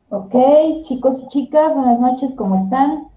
Ok, chicos y chicas, buenas noches, ¿cómo están?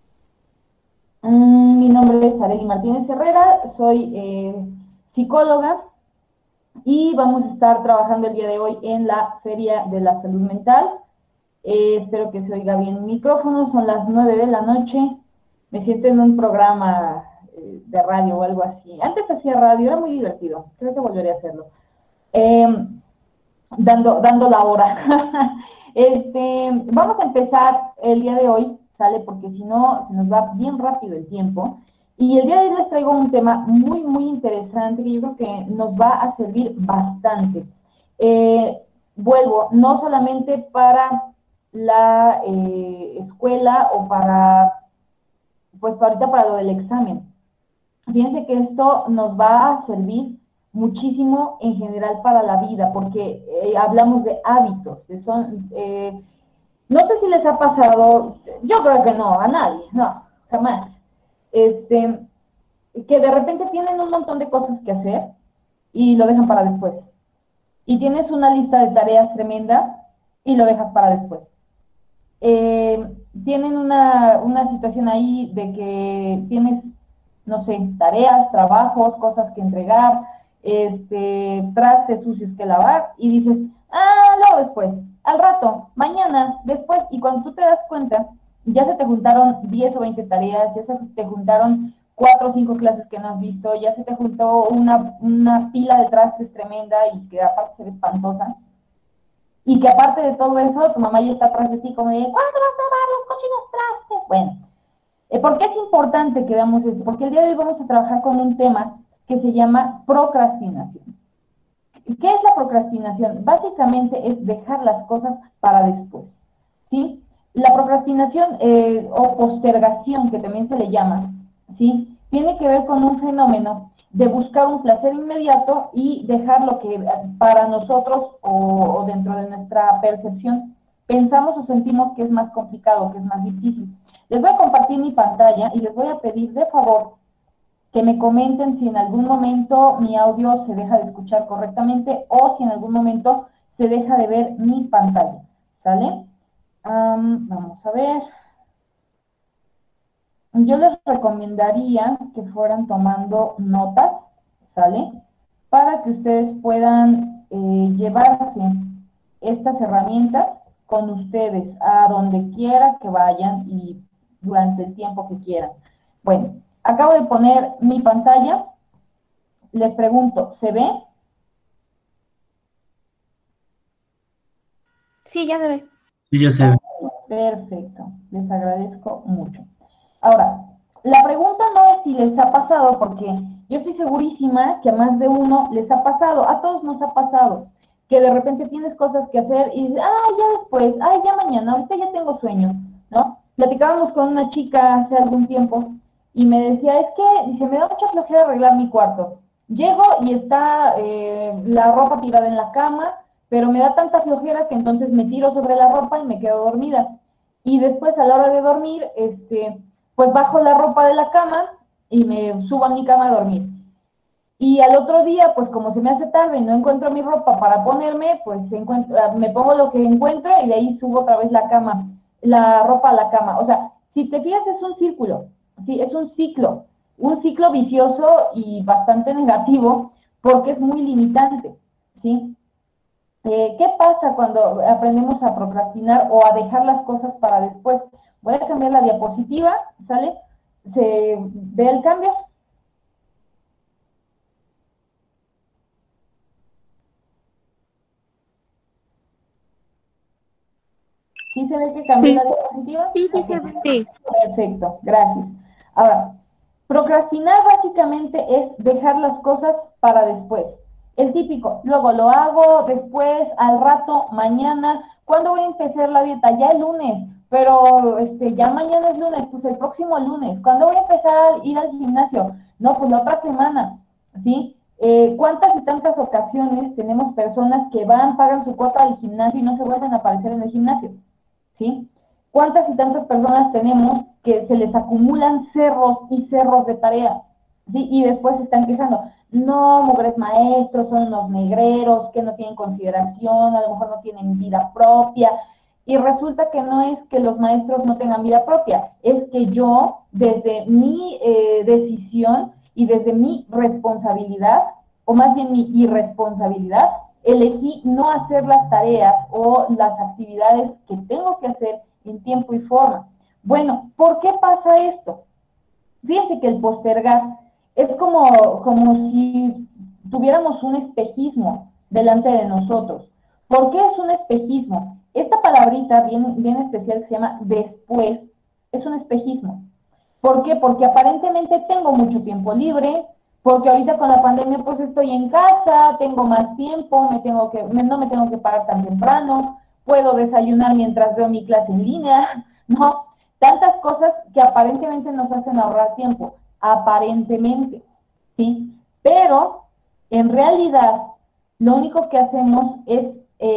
Mi nombre es Arely Martínez Herrera, soy psicóloga y vamos a estar trabajando el día de hoy en la Feria de la Salud Mental. Espero que se oiga bien mi micrófono, son las 9 de la noche, me siento en un programa de radio o algo así. Antes hacía radio, era muy divertido, creo que volveré a hacerlo. Eh, dando la hora. Vamos a empezar el día de hoy, ¿sale? Porque si no, se nos va bien rápido el tiempo. Y el día de hoy les traigo un tema muy, muy interesante que yo creo que nos va a servir bastante. Eh, Vuelvo, no solamente para la escuela o para, pues ahorita para lo del examen. Fíjense que esto nos va a servir muchísimo en general para la vida, porque hablamos de hábitos, no sé si les ha pasado, yo creo que no, a nadie, no, jamás, este, que de repente tienen un montón de cosas que hacer y lo dejan para después. Y tienes una lista de tareas tremenda y lo dejas para después. eh, Tienen una situación ahí de que tienes, no sé, tareas, trabajos, cosas que entregar, trastes sucios que lavar y dices, luego después, al rato, mañana, después, y cuando tú te das cuenta, ya se te juntaron 10 o 20 tareas, ya se te juntaron 4 o 5 clases que no has visto, ya se te juntó una pila de trastes tremenda y que aparte se ve espantosa, y que aparte de todo eso, tu mamá ya está atrás de ti como de, ¿cuándo vas a lavar los cochinos trastes? Bueno, ¿por qué es importante que veamos esto? Porque el día de hoy vamos a trabajar con un tema que se llama procrastinación. ¿Qué es la procrastinación? Básicamente es dejar las cosas para después, ¿sí? La procrastinación o postergación, que también se le llama, ¿sí? Tiene que ver con un fenómeno de buscar un placer inmediato y dejar lo que para nosotros o dentro de nuestra percepción pensamos o sentimos que es más complicado, que es más difícil. Les voy a compartir mi pantalla y les voy a pedir de favor que me comenten si en algún momento mi audio se deja de escuchar correctamente o si en algún momento se deja de ver mi pantalla. ¿Sale? Vamos a ver. Yo les recomendaría que fueran tomando notas, ¿sale? Para que ustedes puedan llevarse estas herramientas con ustedes a donde quiera que vayan y durante el tiempo que quieran. Bueno, acabo de poner mi pantalla. Les pregunto, ¿se ve? Sí, ya se ve. Sí, ya se ve. Ok, perfecto, les agradezco mucho. Ahora, la pregunta no es si les ha pasado, porque yo estoy segurísima que a más de uno les ha pasado, a todos nos ha pasado, que de repente tienes cosas que hacer y dices, ya después, ya mañana, ahorita ya tengo sueño, ¿no? Platicábamos con una chica hace algún tiempo y me decía, es que, dice, me da mucha flojera arreglar mi cuarto. Llego y está la ropa tirada en la cama, pero me da tanta flojera que entonces me tiro sobre la ropa y me quedo dormida. Y después a la hora de dormir, pues bajo la ropa de la cama y me subo a mi cama a dormir. Y al otro día, pues como se me hace tarde y no encuentro mi ropa para ponerme, pues me pongo lo que encuentro y de ahí subo otra vez la ropa a la cama. O sea, si te fijas es un círculo, sí, es un ciclo vicioso y bastante negativo porque es muy limitante, ¿sí? ¿Qué pasa cuando aprendemos a procrastinar o a dejar las cosas para después? Voy a cambiar la diapositiva, ¿sale? ¿Se ve el cambio? ¿Sí se ve que cambié Sí, la diapositiva? sí, sí Ok, se ve. Sí. perfecto, gracias. Ahora, procrastinar básicamente es dejar las cosas para después. El típico, luego lo hago, después, al rato, mañana. ¿Cuándo voy a empezar la dieta? Ya el lunes, pero ya mañana es lunes, pues el próximo lunes. ¿Cuándo voy a empezar a ir al gimnasio? No, pues la otra semana, ¿sí? ¿Cuántas y tantas ocasiones tenemos personas que van, pagan su cuota del gimnasio y no se vuelven a aparecer en el gimnasio? ¿Sí? ¿Cuántas y tantas personas tenemos que se les acumulan cerros y cerros de tarea? ¿Sí? Y después se están quejando, no, mugres maestros, son unos negreros, que no tienen consideración, a lo mejor no tienen vida propia. Y resulta que no es que los maestros no tengan vida propia, es que yo, desde mi decisión y desde mi responsabilidad, o más bien mi irresponsabilidad, elegí no hacer las tareas o las actividades que tengo que hacer en tiempo y forma. Bueno, ¿por qué pasa esto? Fíjense que el postergar es como si tuviéramos un espejismo delante de nosotros. ¿Por qué es un espejismo? Esta palabrita bien especial que se llama después es un espejismo. ¿Por qué? Porque aparentemente tengo mucho tiempo libre, porque ahorita con la pandemia pues estoy en casa, tengo más tiempo, no me tengo que parar tan temprano, puedo desayunar mientras veo mi clase en línea, ¿no? Tantas cosas que aparentemente nos hacen ahorrar tiempo, aparentemente, ¿sí? Pero en realidad lo único que hacemos es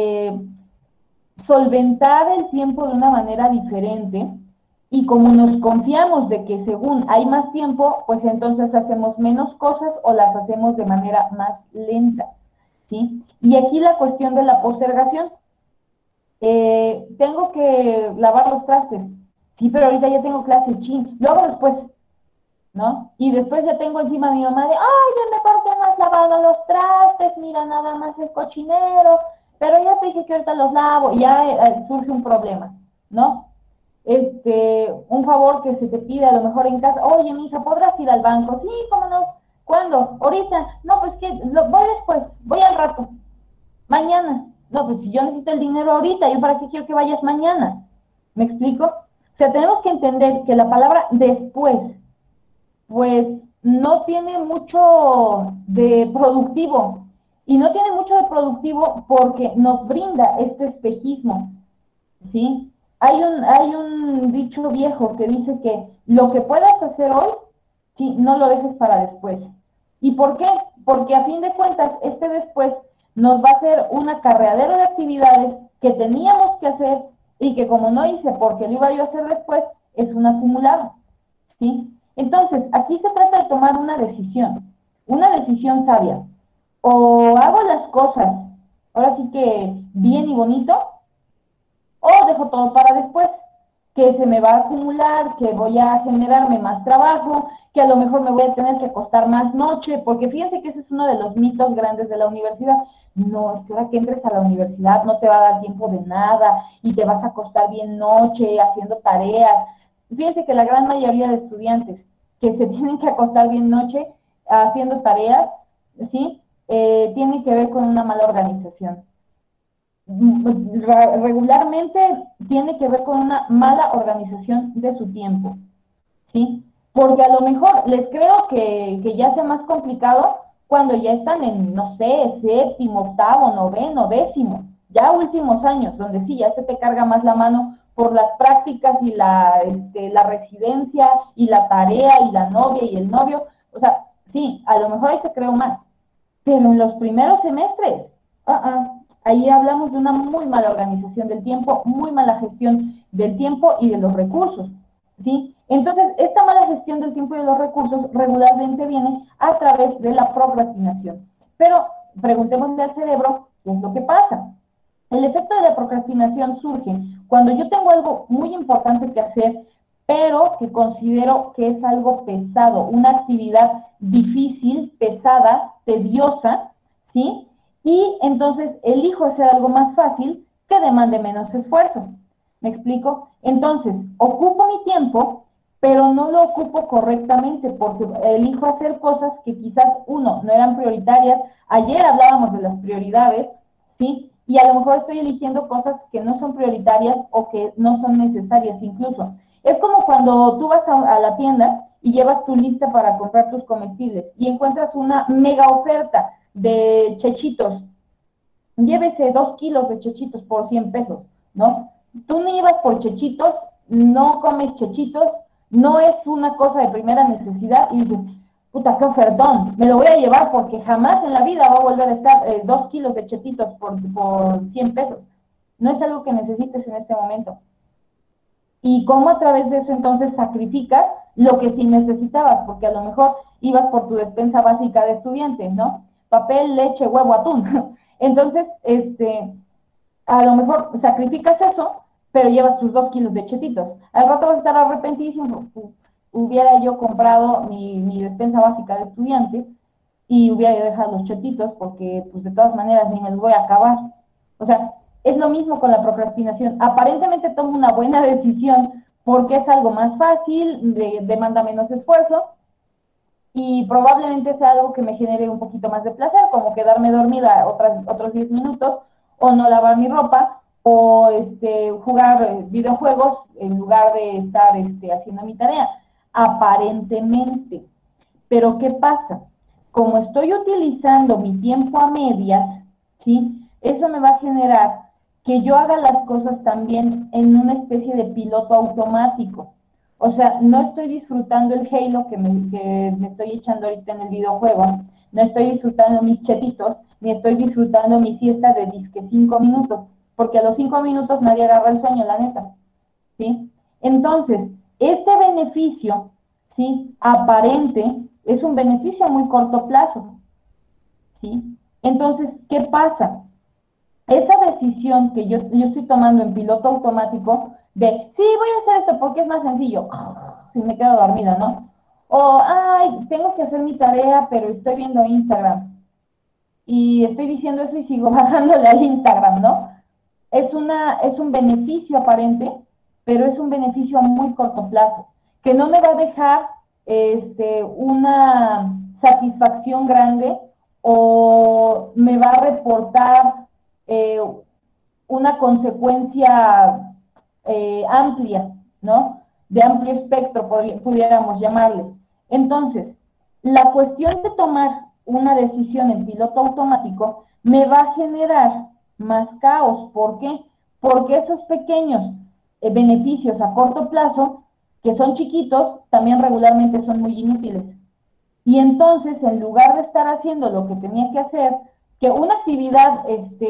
solventar el tiempo de una manera diferente y como nos confiamos de que según hay más tiempo, pues entonces hacemos menos cosas o las hacemos de manera más lenta, ¿sí? Y aquí la cuestión de la postergación. Tengo que lavar los trastes. Sí, pero ahorita ya tengo clase, chin. Lo hago después, ¿no? Y después ya tengo encima a mi mamá de, ay, ya me parte más lavado los trastes, mira nada más el cochinero, pero ya te dije que ahorita los lavo, y ya surge un problema, ¿no? Un favor que se te pide a lo mejor en casa, oye, mija, ¿podrás ir al banco? Sí, ¿cómo no? ¿Cuándo? ¿Ahorita? No, pues que voy después, voy al rato, mañana. No, pues si yo necesito el dinero ahorita, ¿yo para qué quiero que vayas mañana? ¿Me explico? O sea, tenemos que entender que la palabra después pues no tiene mucho de productivo. Y no tiene mucho de productivo porque nos brinda este espejismo, ¿sí? Hay un dicho viejo que dice que lo que puedas hacer hoy, sí, no lo dejes para después. ¿Y por qué? Porque a fin de cuentas, este después nos va a hacer un acarreadero de actividades que teníamos que hacer y que como no hice porque lo iba yo a hacer después, es un acumulado, ¿sí? Entonces, aquí se trata de tomar una decisión sabia. O hago las cosas, ahora sí que bien y bonito, o dejo todo para después, que se me va a acumular, que voy a generarme más trabajo, que a lo mejor me voy a tener que acostar más noche, porque fíjense que ese es uno de los mitos grandes de la universidad. No, es que ahora que entres a la universidad no te va a dar tiempo de nada y te vas a acostar bien noche haciendo tareas. Fíjense que la gran mayoría de estudiantes que se tienen que acostar bien noche haciendo tareas, ¿sí? Tiene que ver con una mala organización. Regularmente tiene que ver con una mala organización de su tiempo, ¿sí? Porque a lo mejor les creo que ya sea más complicado cuando ya están en, no sé, séptimo, octavo, noveno, décimo, ya últimos años, donde sí, ya se te carga más la mano por las prácticas y la residencia y la tarea y la novia y el novio, o sea, sí, a lo mejor ahí te creo más, pero en los primeros semestres, ahí hablamos de una muy mala organización del tiempo, muy mala gestión del tiempo y de los recursos, ¿sí? Entonces, esta mala gestión del tiempo y de los recursos regularmente viene a través de la procrastinación. Pero preguntémosle al cerebro qué es lo que pasa. El efecto de la procrastinación surge cuando yo tengo algo muy importante que hacer, pero que considero que es algo pesado, una actividad difícil, pesada, tediosa, ¿sí? Y entonces elijo hacer algo más fácil que demande menos esfuerzo. ¿Me explico? Entonces, ocupo mi tiempo, pero no lo ocupo correctamente porque elijo hacer cosas que quizás, uno, no eran prioritarias. Ayer hablábamos de las prioridades, ¿sí? Y a lo mejor estoy eligiendo cosas que no son prioritarias o que no son necesarias incluso. Es como cuando tú vas a la tienda y llevas tu lista para comprar tus comestibles y encuentras una mega oferta de chechitos. Llévese 2 kilos de chechitos por 100 pesos, ¿no? Tú no ibas por chechitos, no comes chechitos, no es una cosa de primera necesidad y dices, puta, qué ofertón, me lo voy a llevar porque jamás en la vida va a volver a estar 2 kilos de chechitos por 100 pesos. No es algo que necesites en este momento. Y cómo a través de eso entonces sacrificas lo que sí necesitabas, porque a lo mejor ibas por tu despensa básica de estudiante, ¿no? Papel, leche, huevo, atún. Entonces, a lo mejor sacrificas eso pero llevas tus 2 kilos de chetitos. Al rato vas a estar arrepentidísimo. Hubiera yo comprado mi despensa básica de estudiante y hubiera dejado los chetitos porque pues de todas maneras ni me los voy a acabar. O sea, es lo mismo con la procrastinación. Aparentemente tomo una buena decisión porque es algo más fácil, demanda menos esfuerzo y probablemente sea algo que me genere un poquito más de placer, como quedarme dormida otros 10 minutos o no lavar mi ropa o jugar videojuegos en lugar de estar haciendo mi tarea, aparentemente. Pero ¿qué pasa? Como estoy utilizando mi tiempo a medias, ¿sí? Eso me va a generar que yo haga las cosas también en una especie de piloto automático. O sea, no estoy disfrutando el Halo que me estoy echando ahorita en el videojuego, no estoy disfrutando mis chetitos, ni estoy disfrutando mi siesta de disque 5 minutos, porque a los 5 minutos nadie agarra el sueño, la neta, ¿sí? Entonces, este beneficio, ¿sí? Aparente, es un beneficio a muy corto plazo, ¿sí? Entonces, ¿qué pasa? Esa decisión que yo estoy tomando en piloto automático de, sí, voy a hacer esto porque es más sencillo, si me quedo dormida, ¿no? O, ay, tengo que hacer mi tarea, pero estoy viendo Instagram. Y estoy diciendo eso y sigo bajándole al Instagram, ¿no? Es un beneficio aparente, pero es un beneficio a muy corto plazo, que no me va a dejar una satisfacción grande o me va a reportar eh, una consecuencia amplia, ¿no? De amplio espectro, pudiéramos llamarle. Entonces, la cuestión de tomar una decisión en piloto automático me va a generar más caos. ¿Por qué? Porque esos pequeños beneficios a corto plazo, que son chiquitos, también regularmente son muy inútiles. Y entonces, en lugar de estar haciendo lo que tenía que hacer, que una actividad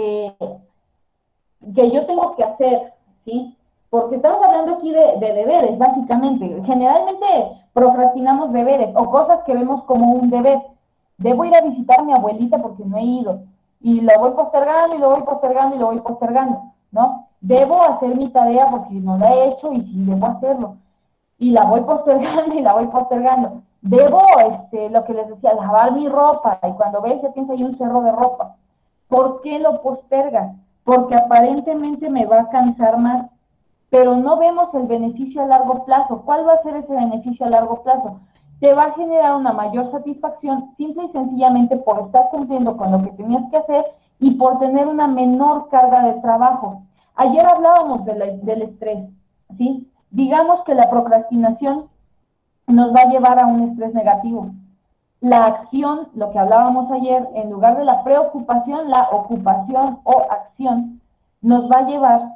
que yo tengo que hacer, ¿sí? Porque estamos hablando aquí de deberes, básicamente. Generalmente procrastinamos deberes o cosas que vemos como un deber. Debo ir a visitar a mi abuelita porque no he ido. Y lo voy postergando y lo voy postergando y lo voy postergando, ¿no? Debo hacer mi tarea porque no la he hecho y sí debo hacerlo. Y la voy postergando y la voy postergando. Debo, lo que les decía, lavar mi ropa. Y cuando ves, ya tienes ahí un cerro de ropa. ¿Por qué lo postergas? Porque aparentemente me va a cansar más, pero no vemos el beneficio a largo plazo. ¿Cuál va a ser ese beneficio a largo plazo? Te va a generar una mayor satisfacción simple y sencillamente por estar cumpliendo con lo que tenías que hacer y por tener una menor carga de trabajo. Ayer hablábamos del estrés, ¿sí? Digamos que la procrastinación nos va a llevar a un estrés negativo. La acción, lo que hablábamos ayer, en lugar de la preocupación, la ocupación o acción, nos va a llevar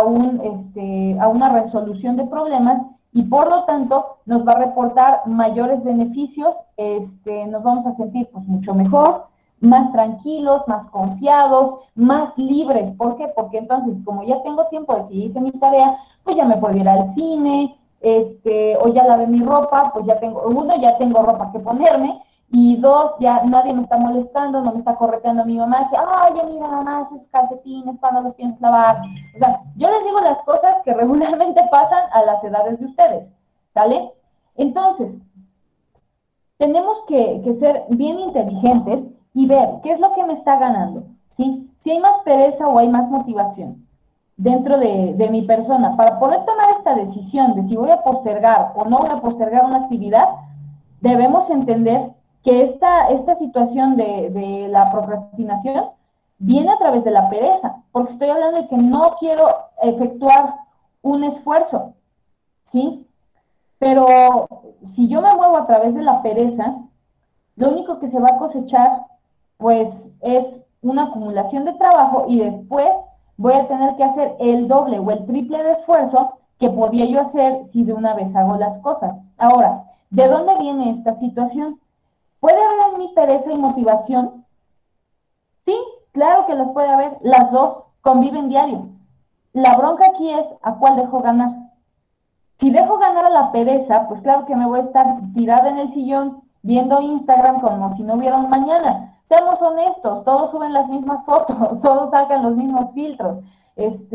a una resolución de problemas y por lo tanto nos va a reportar mayores beneficios, nos vamos a sentir pues mucho mejor, más tranquilos, más confiados, más libres. ¿Por qué? Porque entonces, como ya tengo tiempo de que hice mi tarea, pues ya me puedo ir al cine, o ya lavé mi ropa, pues ya tengo, uno, ya tengo ropa que ponerme, y dos, ya nadie me está molestando, no me está correteando mi mamá, que, ay, mira, mamá, esos calcetines, ¿cuándo los piensas lavar? O sea, yo les digo las cosas que regularmente pasan a las edades de ustedes, ¿sale? Entonces, tenemos que ser bien inteligentes y ver qué es lo que me está ganando, ¿sí? Si hay más pereza o hay más motivación dentro de mi persona para poder tomar esta decisión de si voy a postergar o no voy a postergar una actividad, debemos entender que esta situación de la procrastinación viene a través de la pereza, porque estoy hablando de que no quiero efectuar un esfuerzo, ¿sí? Pero si yo me muevo a través de la pereza, lo único que se va a cosechar, pues, es una acumulación de trabajo y después voy a tener que hacer el doble o el triple de esfuerzo que podía yo hacer si de una vez hago las cosas. Ahora, ¿de dónde viene esta situación? ¿Puede haber en mí pereza y motivación? Sí, claro que las puede haber. Las dos conviven diario. La bronca aquí es a cuál dejo ganar. Si dejo ganar a la pereza, pues claro que me voy a estar tirada en el sillón viendo Instagram como si no hubiera un mañana. Seamos honestos, todos suben las mismas fotos, todos sacan los mismos filtros.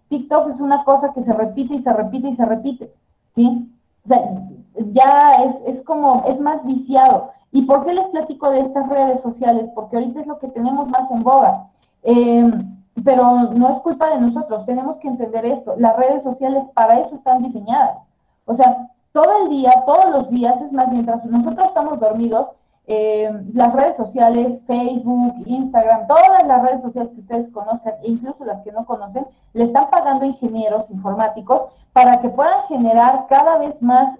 TikTok es una cosa que se repite y se repite y se repite, ¿sí? O sea, ya es como, es más viciado. ¿Y por qué les platico de estas redes sociales? Porque ahorita es lo que tenemos más en boga. Eh, pero no es culpa de nosotros, tenemos que entender esto. Las redes sociales para eso están diseñadas. O sea, todo el día, todos los días, es más, mientras nosotros estamos dormidos, las redes sociales, Facebook, Instagram, todas las redes sociales que ustedes conozcan, e incluso las que no conocen, le están pagando ingenieros informáticos para que puedan generar cada vez más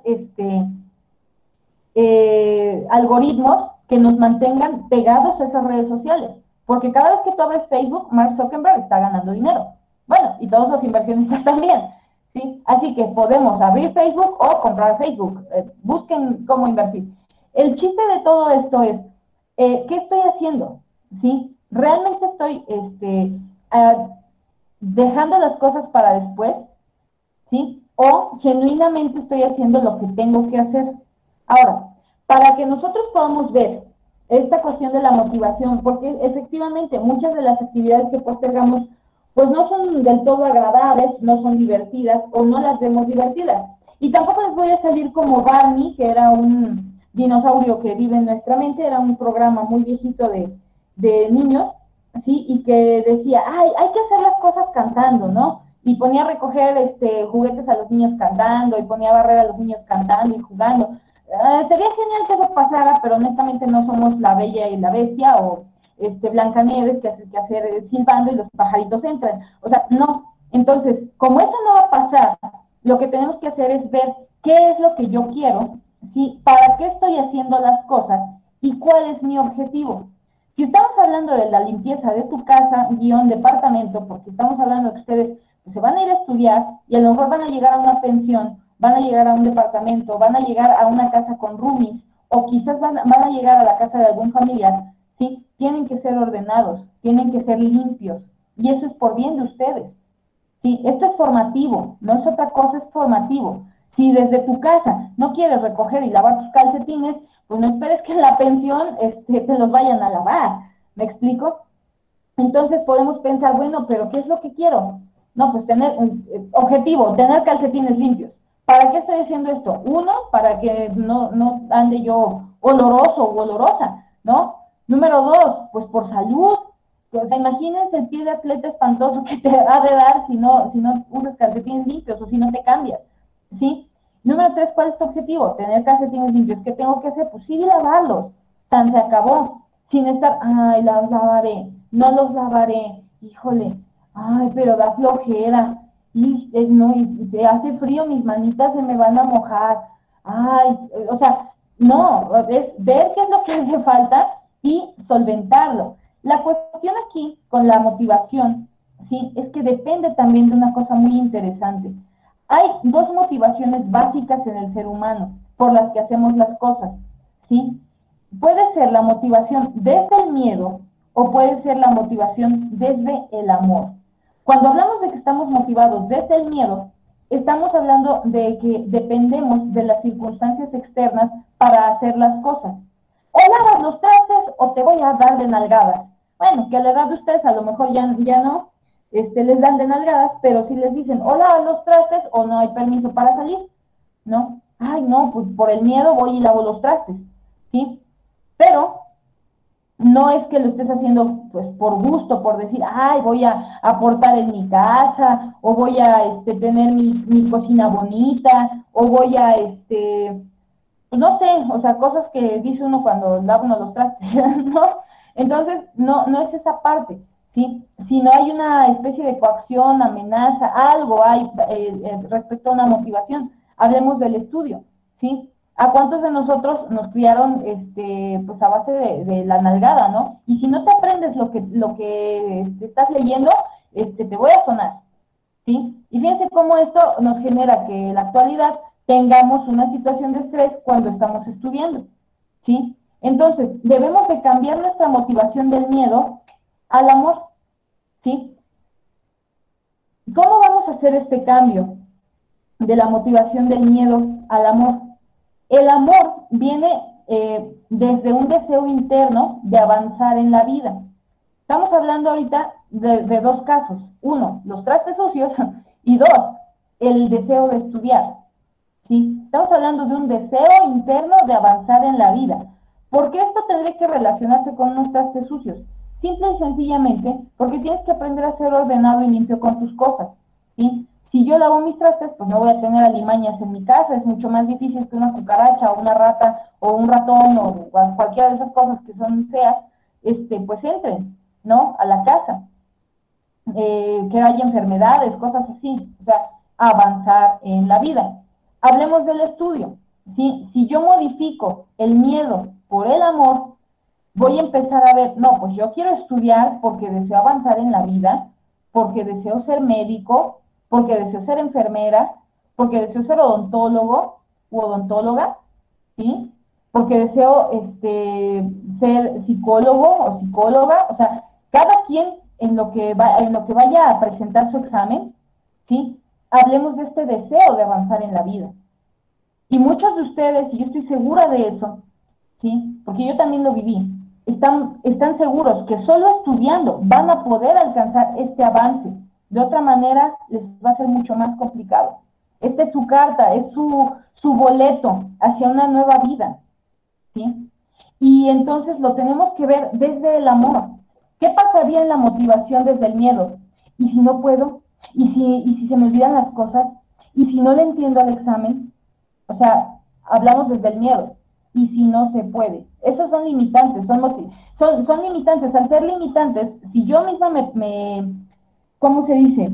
algoritmos que nos mantengan pegados a esas redes sociales. Porque cada vez que tú abres Facebook, Mark Zuckerberg está ganando dinero. Bueno, y todos los inversionistas también. ¿Sí? Así que podemos abrir Facebook o comprar Facebook. Busquen cómo invertir. El chiste de todo esto es, ¿qué estoy haciendo? ¿Sí? ¿Realmente estoy dejando las cosas para después? ¿Sí? O genuinamente estoy haciendo lo que tengo que hacer. Ahora, para que nosotros podamos ver esta cuestión de la motivación, porque efectivamente muchas de las actividades que postergamos, pues no son del todo agradables, no son divertidas o no las vemos divertidas. Y tampoco les voy a salir como Barney, que era un dinosaurio que vive en nuestra mente, era un programa muy viejito de niños, ¿sí? Y que decía, ay, hay que hacer las cosas cantando, ¿no? Y ponía a recoger juguetes a los niños cantando, y ponía a barrer a los niños cantando y jugando. Sería genial que eso pasara, pero honestamente no somos la Bella y la Bestia o Blancanieves que hace que hacer silbando y los pajaritos entran. O sea, no. Entonces, como eso no va a pasar, lo que tenemos que hacer es ver qué es lo que yo quiero, ¿sí? ¿Para qué estoy haciendo las cosas y cuál es mi objetivo? Si estamos hablando de la limpieza de tu casa, guión departamento, porque estamos hablando de que ustedes pues, se van a ir a estudiar y a lo mejor van a llegar a una pensión, van a llegar a un departamento, van a llegar a una casa con roomies o quizás van a llegar a la casa de algún familiar, ¿sí? Tienen que ser ordenados, tienen que ser limpios y eso es por bien de ustedes. Sí, esto es formativo, no es otra cosa, es formativo. Si desde tu casa no quieres recoger y lavar tus calcetines, pues no esperes que en la pensión te los vayan a lavar. ¿Me explico? Entonces podemos pensar, bueno, pero ¿qué es lo que quiero? No, pues tener, objetivo, tener calcetines limpios. ¿Para qué estoy haciendo esto? Uno, para que no ande yo oloroso o olorosa, ¿no? Número dos, pues por salud. O sea, imagínense el pie de atleta espantoso que te ha de dar si no usas calcetines limpios o si no te cambias, ¿sí? Número tres, ¿cuál es tu objetivo? Tener calcetines limpios. ¿Qué tengo que hacer? Pues sí, lavarlos. San se acabó. Sin estar, ay, los lavaré, no los lavaré, híjole, ay, pero da flojera. Y, no, y se hace frío, mis manitas se me van a mojar. Ay, o sea, no, es ver qué es lo que hace falta y solventarlo. La cuestión aquí con la motivación, ¿sí? Es que depende también de una cosa muy interesante. Hay dos motivaciones básicas en el ser humano por las que hacemos las cosas, ¿sí? Puede ser la motivación desde el miedo o puede ser la motivación desde el amor. Cuando hablamos de que estamos motivados desde el miedo, estamos hablando de que dependemos de las circunstancias externas para hacer las cosas. O lavas los trastes o te voy a dar de nalgadas. Bueno, que a la edad de ustedes a lo mejor ya no les dan de nalgadas, pero si les dicen o lavas los trastes o no hay permiso para salir, ¿no? Ay, no, pues por el miedo voy y lavo los trastes, ¿sí? Pero no es que lo estés haciendo pues por gusto, por decir, ay, voy a aportar en mi casa, o voy a tener mi cocina bonita, o voy a, pues no sé, o sea, cosas que dice uno cuando lava uno los trastes, ¿no? Entonces, no es esa parte, ¿sí? Si no hay una especie de coacción, amenaza, algo hay respecto a una motivación, hablemos del estudio, ¿sí? ¿A cuántos de nosotros nos criaron pues a base de la nalgada, ¿no? Y si no te aprendes lo que estás leyendo, te voy a sonar, ¿sí? Y fíjense cómo esto nos genera que en la actualidad tengamos una situación de estrés cuando estamos estudiando, ¿sí? Entonces, debemos de cambiar nuestra motivación del miedo al amor, ¿sí? ¿Cómo vamos a hacer este cambio de la motivación del miedo al amor? El amor viene desde un deseo interno de avanzar en la vida, Estamos hablando ahorita de dos casos. Uno, los trastes sucios, y dos, el deseo de estudiar. ¿Sí? Estamos hablando de un deseo interno de avanzar en la vida. ¿Por qué esto tendría que relacionarse con unos trastes sucios? Simple y sencillamente porque tienes que aprender a ser ordenado y limpio con tus cosas, ¿sí? Si yo lavo mis trastes, pues no voy a tener alimañas en mi casa, es mucho más difícil que una cucaracha o una rata o un ratón o cualquiera de esas cosas que son feas, pues entren, ¿no? A la casa, que haya enfermedades, cosas así, o sea, avanzar en la vida. Hablemos del estudio, ¿sí? Si yo modifico el miedo por el amor, voy a empezar a ver, no, pues yo quiero estudiar porque deseo avanzar en la vida, porque deseo ser médico, porque deseo ser enfermera, porque deseo ser odontólogo u odontóloga, ¿sí? Porque deseo ser psicólogo o psicóloga, o sea, cada quien en lo que vaya a presentar su examen, ¿sí? Hablemos de este deseo de avanzar en la vida. Y muchos de ustedes, y yo estoy segura de eso, ¿sí? Porque yo también lo viví, están seguros que solo estudiando van a poder alcanzar este avance. De otra manera, les va a ser mucho más complicado. Esta es su carta, es su boleto hacia una nueva vida, ¿sí? Y entonces lo tenemos que ver desde el amor. ¿Qué pasaría en la motivación desde el miedo? ¿Y si no puedo? ¿Y si se me olvidan las cosas? ¿Y si no le entiendo al examen? O sea, hablamos desde el miedo. ¿Y si no se puede? Esos son limitantes, son limitantes. Al ser limitantes, si yo misma ¿cómo se dice?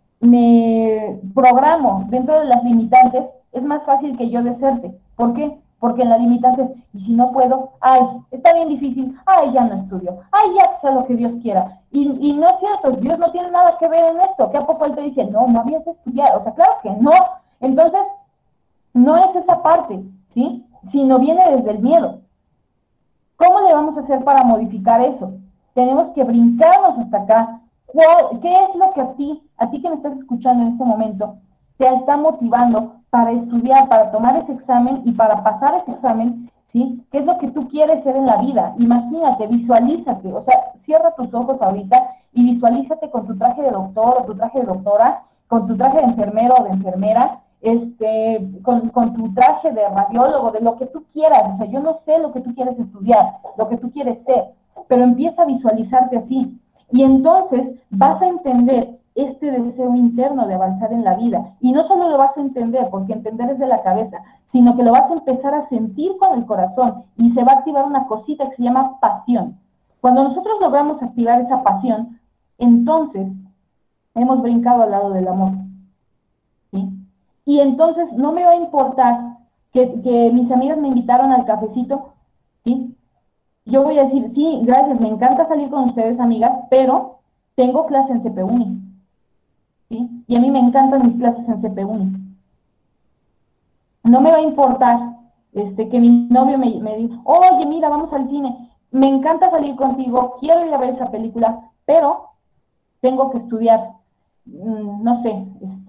Me programo dentro de las limitantes, es más fácil que yo deserte. ¿Por qué? Porque en las limitantes, y si no puedo, ay, está bien difícil, ay, ya no estudio, ay, ya sea lo que Dios quiera. Y no es cierto, Dios no tiene nada que ver en esto. ¿Que a poco Él te dice, no, no habías de estudiar? O sea, claro que no. Entonces, no es esa parte, ¿sí? Sino viene desde el miedo. ¿Cómo le vamos a hacer para modificar eso? Tenemos que brincarnos hasta acá. ¿Qué es lo que a ti que me estás escuchando en este momento, te está motivando para estudiar, para tomar ese examen y para pasar ese examen? ¿Sí? ¿Qué es lo que tú quieres ser en la vida? Imagínate, visualízate, o sea, cierra tus ojos ahorita y visualízate con tu traje de doctor o tu traje de doctora, con tu traje de enfermero o de enfermera, con tu traje de radiólogo, de lo que tú quieras. O sea, yo no sé lo que tú quieres estudiar, lo que tú quieres ser, pero empieza a visualizarte así. Y entonces vas a entender este deseo interno de avanzar en la vida. Y no solo lo vas a entender, porque entender es de la cabeza, sino que lo vas a empezar a sentir con el corazón y se va a activar una cosita que se llama pasión. Cuando nosotros logramos activar esa pasión, entonces hemos brincado al lado del amor. ¿Sí? Y entonces no me va a importar que mis amigas me invitaron al cafecito, ¿sí? Yo voy a decir, sí, gracias, me encanta salir con ustedes, amigas, pero tengo clase en CPUNI, ¿sí? Y a mí me encantan mis clases en CPUNI. No me va a importar que mi novio me diga, oye, mira, vamos al cine, me encanta salir contigo, quiero ir a ver esa película, pero tengo que estudiar, no sé,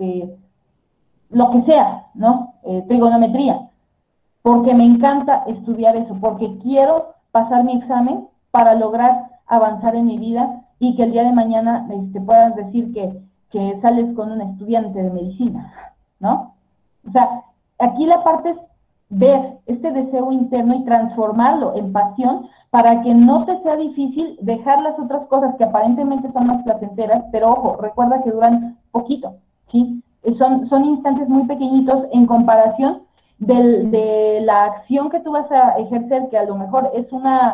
lo que sea, ¿no? Trigonometría, porque me encanta estudiar eso, porque quiero pasar mi examen para lograr avanzar en mi vida y que el día de mañana puedas decir que sales con un estudiante de medicina, ¿no? O sea, aquí la parte es ver este deseo interno y transformarlo en pasión para que no te sea difícil dejar las otras cosas que aparentemente son más placenteras, pero ojo, recuerda que duran poquito, ¿sí? Son instantes muy pequeñitos en comparación de la acción que tú vas a ejercer, que a lo mejor es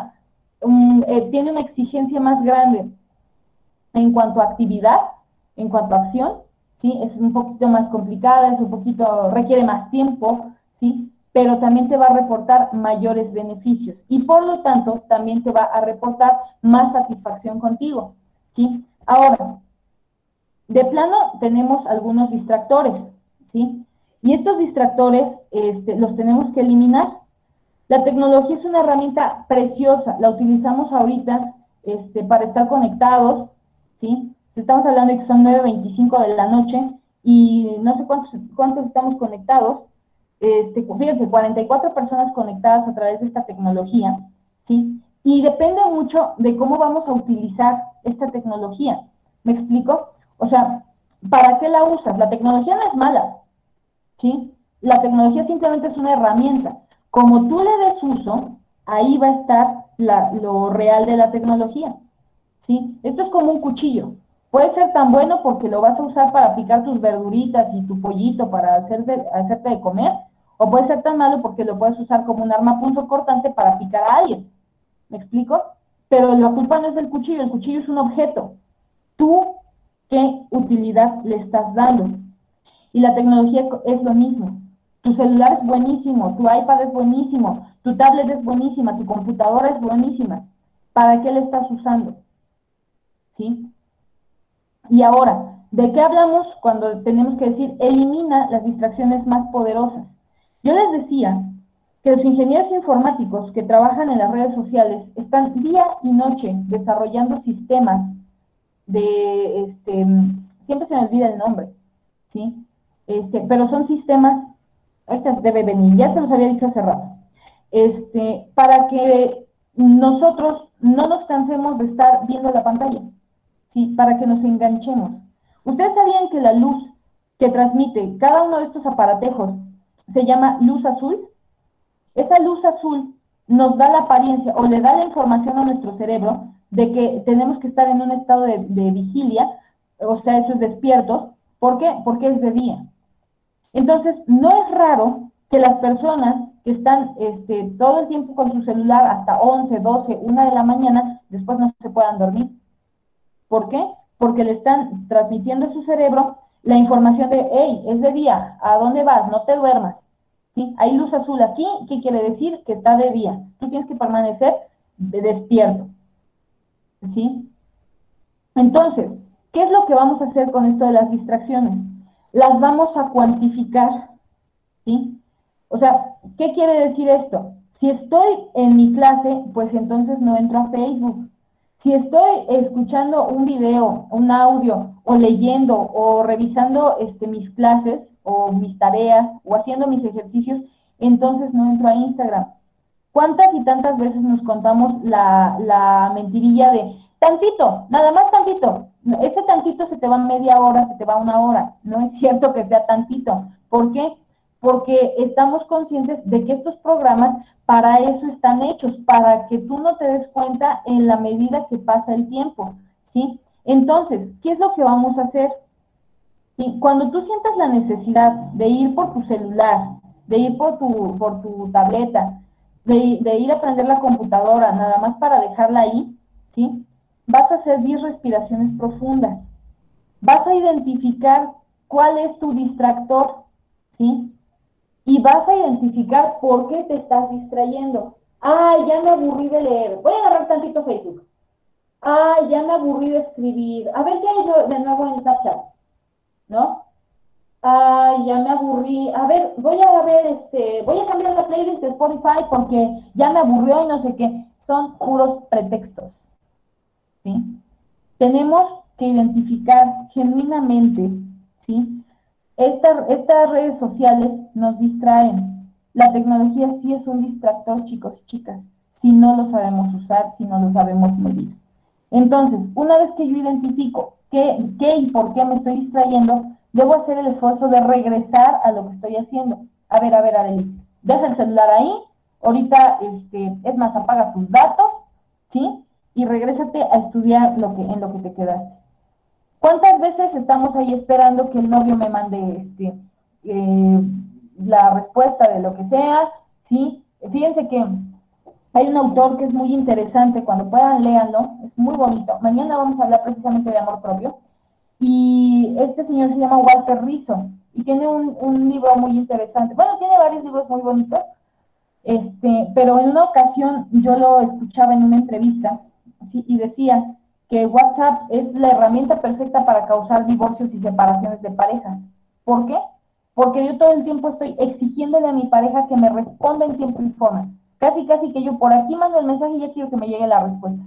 tiene una exigencia más grande en cuanto a actividad, en cuanto a acción, ¿sí? Es un poquito más complicada, requiere más tiempo, ¿sí? Pero también te va a reportar mayores beneficios y por lo tanto también te va a reportar más satisfacción contigo, ¿sí? Ahora, de plano tenemos algunos distractores, ¿sí? Y estos distractores los tenemos que eliminar. La tecnología es una herramienta preciosa, la utilizamos ahorita para estar conectados, ¿sí? Si estamos hablando de que son 9:25 de la noche y no sé cuántos estamos conectados, fíjense, 44 personas conectadas a través de esta tecnología, ¿sí? Y depende mucho de cómo vamos a utilizar esta tecnología. ¿Me explico? O sea, ¿para qué la usas? La tecnología no es mala, ¿sí? La tecnología simplemente es una herramienta. Como tú le des uso, ahí va a estar lo real de la tecnología, ¿sí? Esto es como un cuchillo. Puede ser tan bueno porque lo vas a usar para picar tus verduritas y tu pollito para hacerte de comer, o puede ser tan malo porque lo puedes usar como un arma punzocortante para picar a alguien. ¿Me explico? Pero la culpa no es del cuchillo, el cuchillo es un objeto. ¿Tú qué utilidad le estás dando? Y la tecnología es lo mismo. Tu celular es buenísimo, tu iPad es buenísimo, tu tablet es buenísima, tu computadora es buenísima. ¿Para qué le estás usando? ¿Sí? Y ahora, ¿de qué hablamos cuando tenemos que decir elimina las distracciones más poderosas? Yo les decía que los ingenieros informáticos que trabajan en las redes sociales están día y noche desarrollando sistemas siempre se me olvida el nombre, ¿sí? Pero son sistemas, ahorita debe venir, ya se los había dicho hace rato, para que nosotros no nos cansemos de estar viendo la pantalla, ¿sí? Para que nos enganchemos. ¿Ustedes sabían que la luz que transmite cada uno de estos aparatejos se llama luz azul? Esa luz azul nos da la apariencia o le da la información a nuestro cerebro de que tenemos que estar en un estado de vigilia, o sea, eso es despiertos. ¿Por qué? Porque es de día. Entonces, no es raro que las personas que están todo el tiempo con su celular hasta 11, 12, 1 de la mañana, después no se puedan dormir. ¿Por qué? Porque le están transmitiendo a su cerebro la información de, hey, es de día, ¿a dónde vas? No te duermas. ¿Sí? Hay luz azul aquí, ¿qué quiere decir? Que está de día. Tú tienes que permanecer despierto. ¿Sí? Entonces, ¿qué es lo que vamos a hacer con esto de las distracciones? Las vamos a cuantificar. ¿Sí? O sea, ¿qué quiere decir esto? Si estoy en mi clase, pues entonces no entro a Facebook. Si estoy escuchando un video, un audio, o leyendo, o revisando mis clases, o mis tareas, o haciendo mis ejercicios, entonces no entro a Instagram. ¿Cuántas y tantas veces nos contamos la mentirilla de tantito, nada más tantito? Ese tantito se te va media hora, se te va 1 hora. No es cierto que sea tantito. ¿Por qué? Porque estamos conscientes de que estos programas para eso están hechos, para que tú no te des cuenta en la medida que pasa el tiempo, ¿sí? Entonces, ¿qué es lo que vamos a hacer? ¿Sí? Cuando tú sientas la necesidad de ir por tu celular, de ir por tu tableta, de ir a prender la computadora, nada más para dejarla ahí, ¿sí? Vas a hacer 10 respiraciones profundas. Vas a identificar cuál es tu distractor, ¿sí? Y vas a identificar por qué te estás distrayendo. Ay, ya me aburrí de leer. Voy a agarrar tantito Facebook. Ay, ya me aburrí de escribir. A ver qué hay de nuevo en Snapchat, ¿no? Ay, ya me aburrí. A ver, voy a cambiar la playlist de Spotify porque ya me aburrió y no sé qué. Son puros pretextos, ¿sí? Tenemos que identificar genuinamente, ¿sí? Estas redes sociales nos distraen. La tecnología sí es un distractor, chicos y chicas, si no lo sabemos usar, si no lo sabemos medir. Entonces, una vez que yo identifico qué y por qué me estoy distrayendo, debo hacer el esfuerzo de regresar a lo que estoy haciendo. A ver, Arely, deja el celular ahí, ahorita, es más, apaga tus datos, ¿sí? Y regrésate a estudiar en lo que te quedaste. ¿Cuántas veces estamos ahí esperando que el novio me mande eh, la respuesta de lo que sea? ¿Sí? Fíjense que hay un autor que es muy interesante, cuando puedan léanlo, es muy bonito. Mañana vamos a hablar precisamente de amor propio. Y este señor se llama Walter Rizzo y tiene un libro muy interesante. Bueno, tiene varios libros muy bonitos, pero en una ocasión yo lo escuchaba en una entrevista, ¿sí? Y decía que WhatsApp es la herramienta perfecta para causar divorcios y separaciones de parejas. ¿Por qué? Porque yo todo el tiempo estoy exigiéndole a mi pareja que me responda en tiempo y forma. Casi, casi que yo por aquí mando el mensaje y ya quiero que me llegue la respuesta.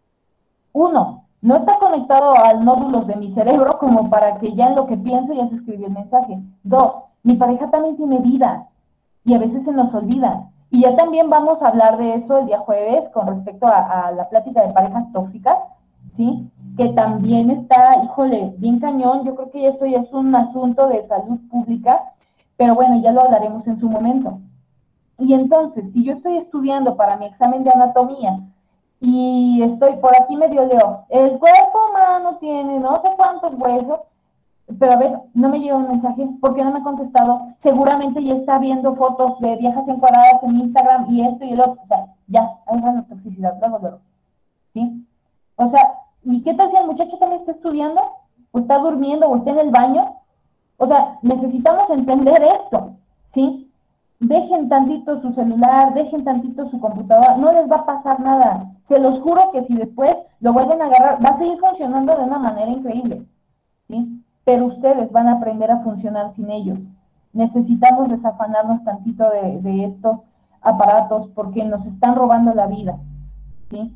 Uno, no está conectado al nódulos de mi cerebro como para que ya en lo que pienso ya se escribió el mensaje. Dos, mi pareja también tiene vida y a veces se nos olvida. Y ya también vamos a hablar de eso el día jueves con respecto a la plática de parejas tóxicas, ¿sí? que también está, híjole, bien cañón. Yo creo que eso ya es un asunto de salud pública, pero bueno, ya lo hablaremos en su momento. Y entonces, si yo estoy estudiando para mi examen de anatomía y estoy por aquí medio leo, el cuerpo humano tiene no sé cuántos huesos, pero a ver, no me llega un mensaje, ¿por qué no me ha contestado? Seguramente ya está viendo fotos de viejas encuadradas en Instagram y esto y el otro, o sea, ya, ahí va la toxicidad, luego, luego, ¿sí? O sea, ¿y qué tal si el muchacho también está estudiando? ¿O está durmiendo? ¿O está en el baño? O sea, necesitamos entender esto, ¿sí? Dejen tantito su celular, dejen tantito su computadora, no les va a pasar nada. Se los juro que si después lo vuelven a agarrar, va a seguir funcionando de una manera increíble, ¿sí? Pero ustedes van a aprender a funcionar sin ellos. Necesitamos desafanarnos tantito de estos aparatos porque nos están robando la vida, ¿sí?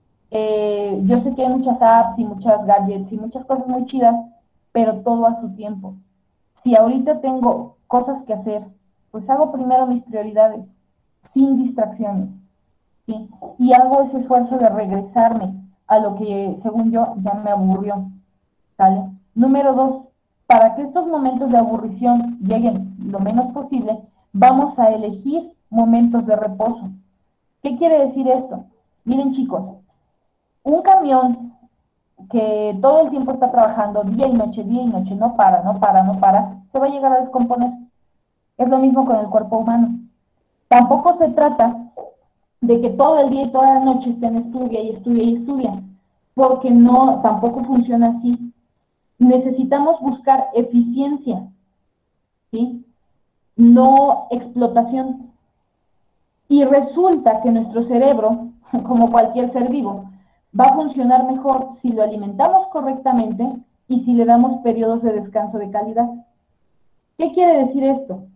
Yo sé que hay muchas apps y muchas gadgets y muchas cosas muy chidas, pero todo a su tiempo. Si ahorita tengo cosas que hacer, pues hago primero mis prioridades, sin distracciones, ¿sí? Y hago ese esfuerzo de regresarme a lo que, según yo, ya me aburrió, ¿sale? Número dos, para que estos momentos de aburrición lleguen lo menos posible, vamos a elegir momentos de reposo. ¿Qué quiere decir esto? Miren, chicos, un camión que todo el tiempo está trabajando día y noche, no para, no para, no para, se va a llegar a descomponer. Es lo mismo con el cuerpo humano. Tampoco se trata de que todo el día y toda la noche estén estudia y estudia y estudia, porque no, tampoco funciona así. Necesitamos buscar eficiencia, ¿sí? No explotación. Y resulta que nuestro cerebro, como cualquier ser vivo, va a funcionar mejor si lo alimentamos correctamente y si le damos periodos de descanso de calidad. ¿Qué quiere decir esto?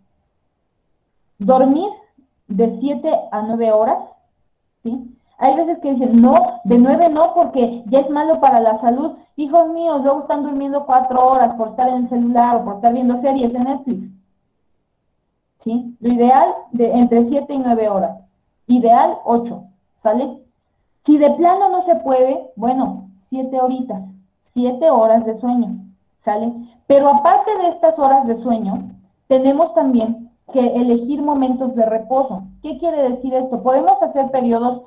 Dormir de 7 a 9 horas, ¿sí? Hay veces que dicen, no, de 9 no, porque ya es malo para la salud. Hijos míos, luego están durmiendo 4 horas por estar en el celular o por estar viendo series en Netflix, ¿sí? Lo ideal de entre 7 y 9 horas. Ideal 8, ¿sale? Si de plano no se puede, bueno, 7 horitas, 7 horas de sueño, ¿sale? Pero aparte de estas horas de sueño, tenemos también que elegir momentos de reposo. ¿Qué quiere decir esto? Podemos hacer periodos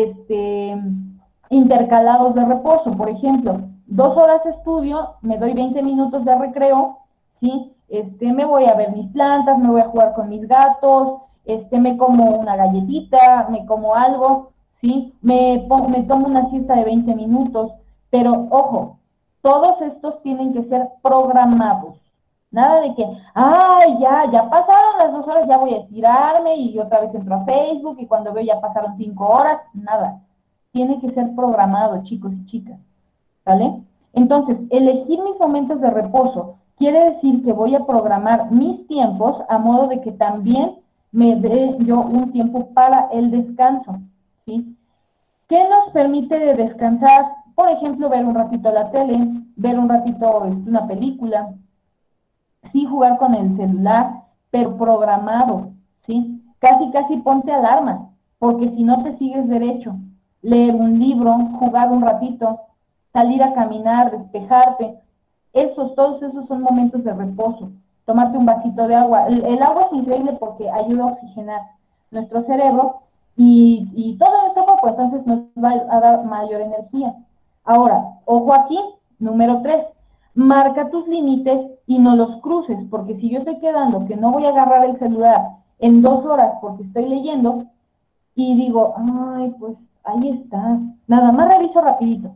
intercalados de reposo. Por ejemplo, 2 horas estudio, me doy 20 minutos de recreo, ¿sí? Me voy a ver mis plantas, me voy a jugar con mis gatos, me como una galletita, me como algo, ¿sí? Me tomo una siesta de 20 minutos, pero ojo, todos estos tienen que ser programados. Nada de que, ay, ya pasaron las 2 horas, ya voy a estirarme y otra vez entro a Facebook y cuando veo ya pasaron 5 horas, nada. Tiene que ser programado, chicos y chicas, ¿vale? Entonces, elegir mis momentos de reposo quiere decir que voy a programar mis tiempos a modo de que también me dé yo un tiempo para el descanso, ¿sí? ¿Qué nos permite de descansar? Por ejemplo, ver un ratito la tele, ver un ratito una película, sí jugar con el celular, pero programado, ¿sí? Casi, casi ponte alarma, porque si no te sigues derecho, leer un libro, jugar un ratito, salir a caminar, despejarte, todos esos son momentos de reposo. Tomarte un vasito de agua. El agua es increíble porque ayuda a oxigenar nuestro cerebro y todo nuestro cuerpo, entonces nos va a dar mayor energía. Ahora, ojo aquí, número 3, marca tus límites y no los cruces, porque si yo estoy quedando que no voy a agarrar el celular en 2 horas porque estoy leyendo y digo, ay, pues ahí está, nada más reviso rapidito.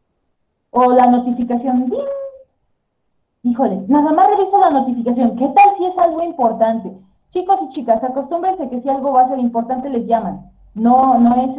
O la notificación, ¡ding! Híjole, nada más reviso la notificación. ¿Qué tal si es algo importante? Chicos y chicas, acostúmbrense que si algo va a ser importante les llaman. No, no es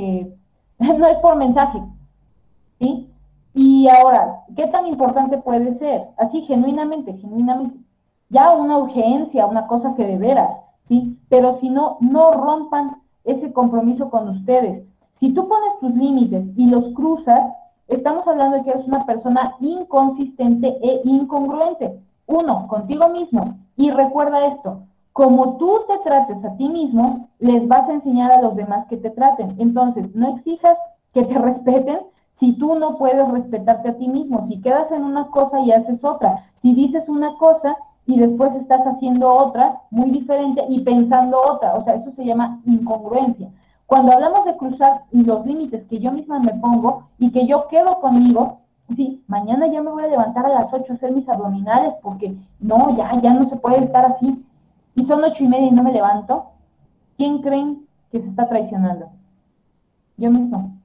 no es por mensaje, ¿sí? Y ahora, ¿qué tan importante puede ser? Así, genuinamente, genuinamente. Ya una urgencia, una cosa que de veras, ¿sí? Pero si no, no rompan ese compromiso con ustedes. Si tú pones tus límites y los cruzas, estamos hablando de que eres una persona inconsistente e incongruente. Uno, contigo mismo. Y recuerda esto, como tú te trates a ti mismo, les vas a enseñar a los demás que te traten. Entonces, no exijas que te respeten si tú no puedes respetarte a ti mismo, si quedas en una cosa y haces otra, si dices una cosa y después estás haciendo otra muy diferente y pensando otra, o sea, eso se llama incongruencia. Cuando hablamos de cruzar los límites que yo misma me pongo y que yo quedo conmigo, sí, mañana ya me voy a levantar a las 8 a hacer mis abdominales porque no, ya no se puede estar así. Y son 8:30 y no me levanto. ¿Quién creen que se está traicionando? Yo mismo.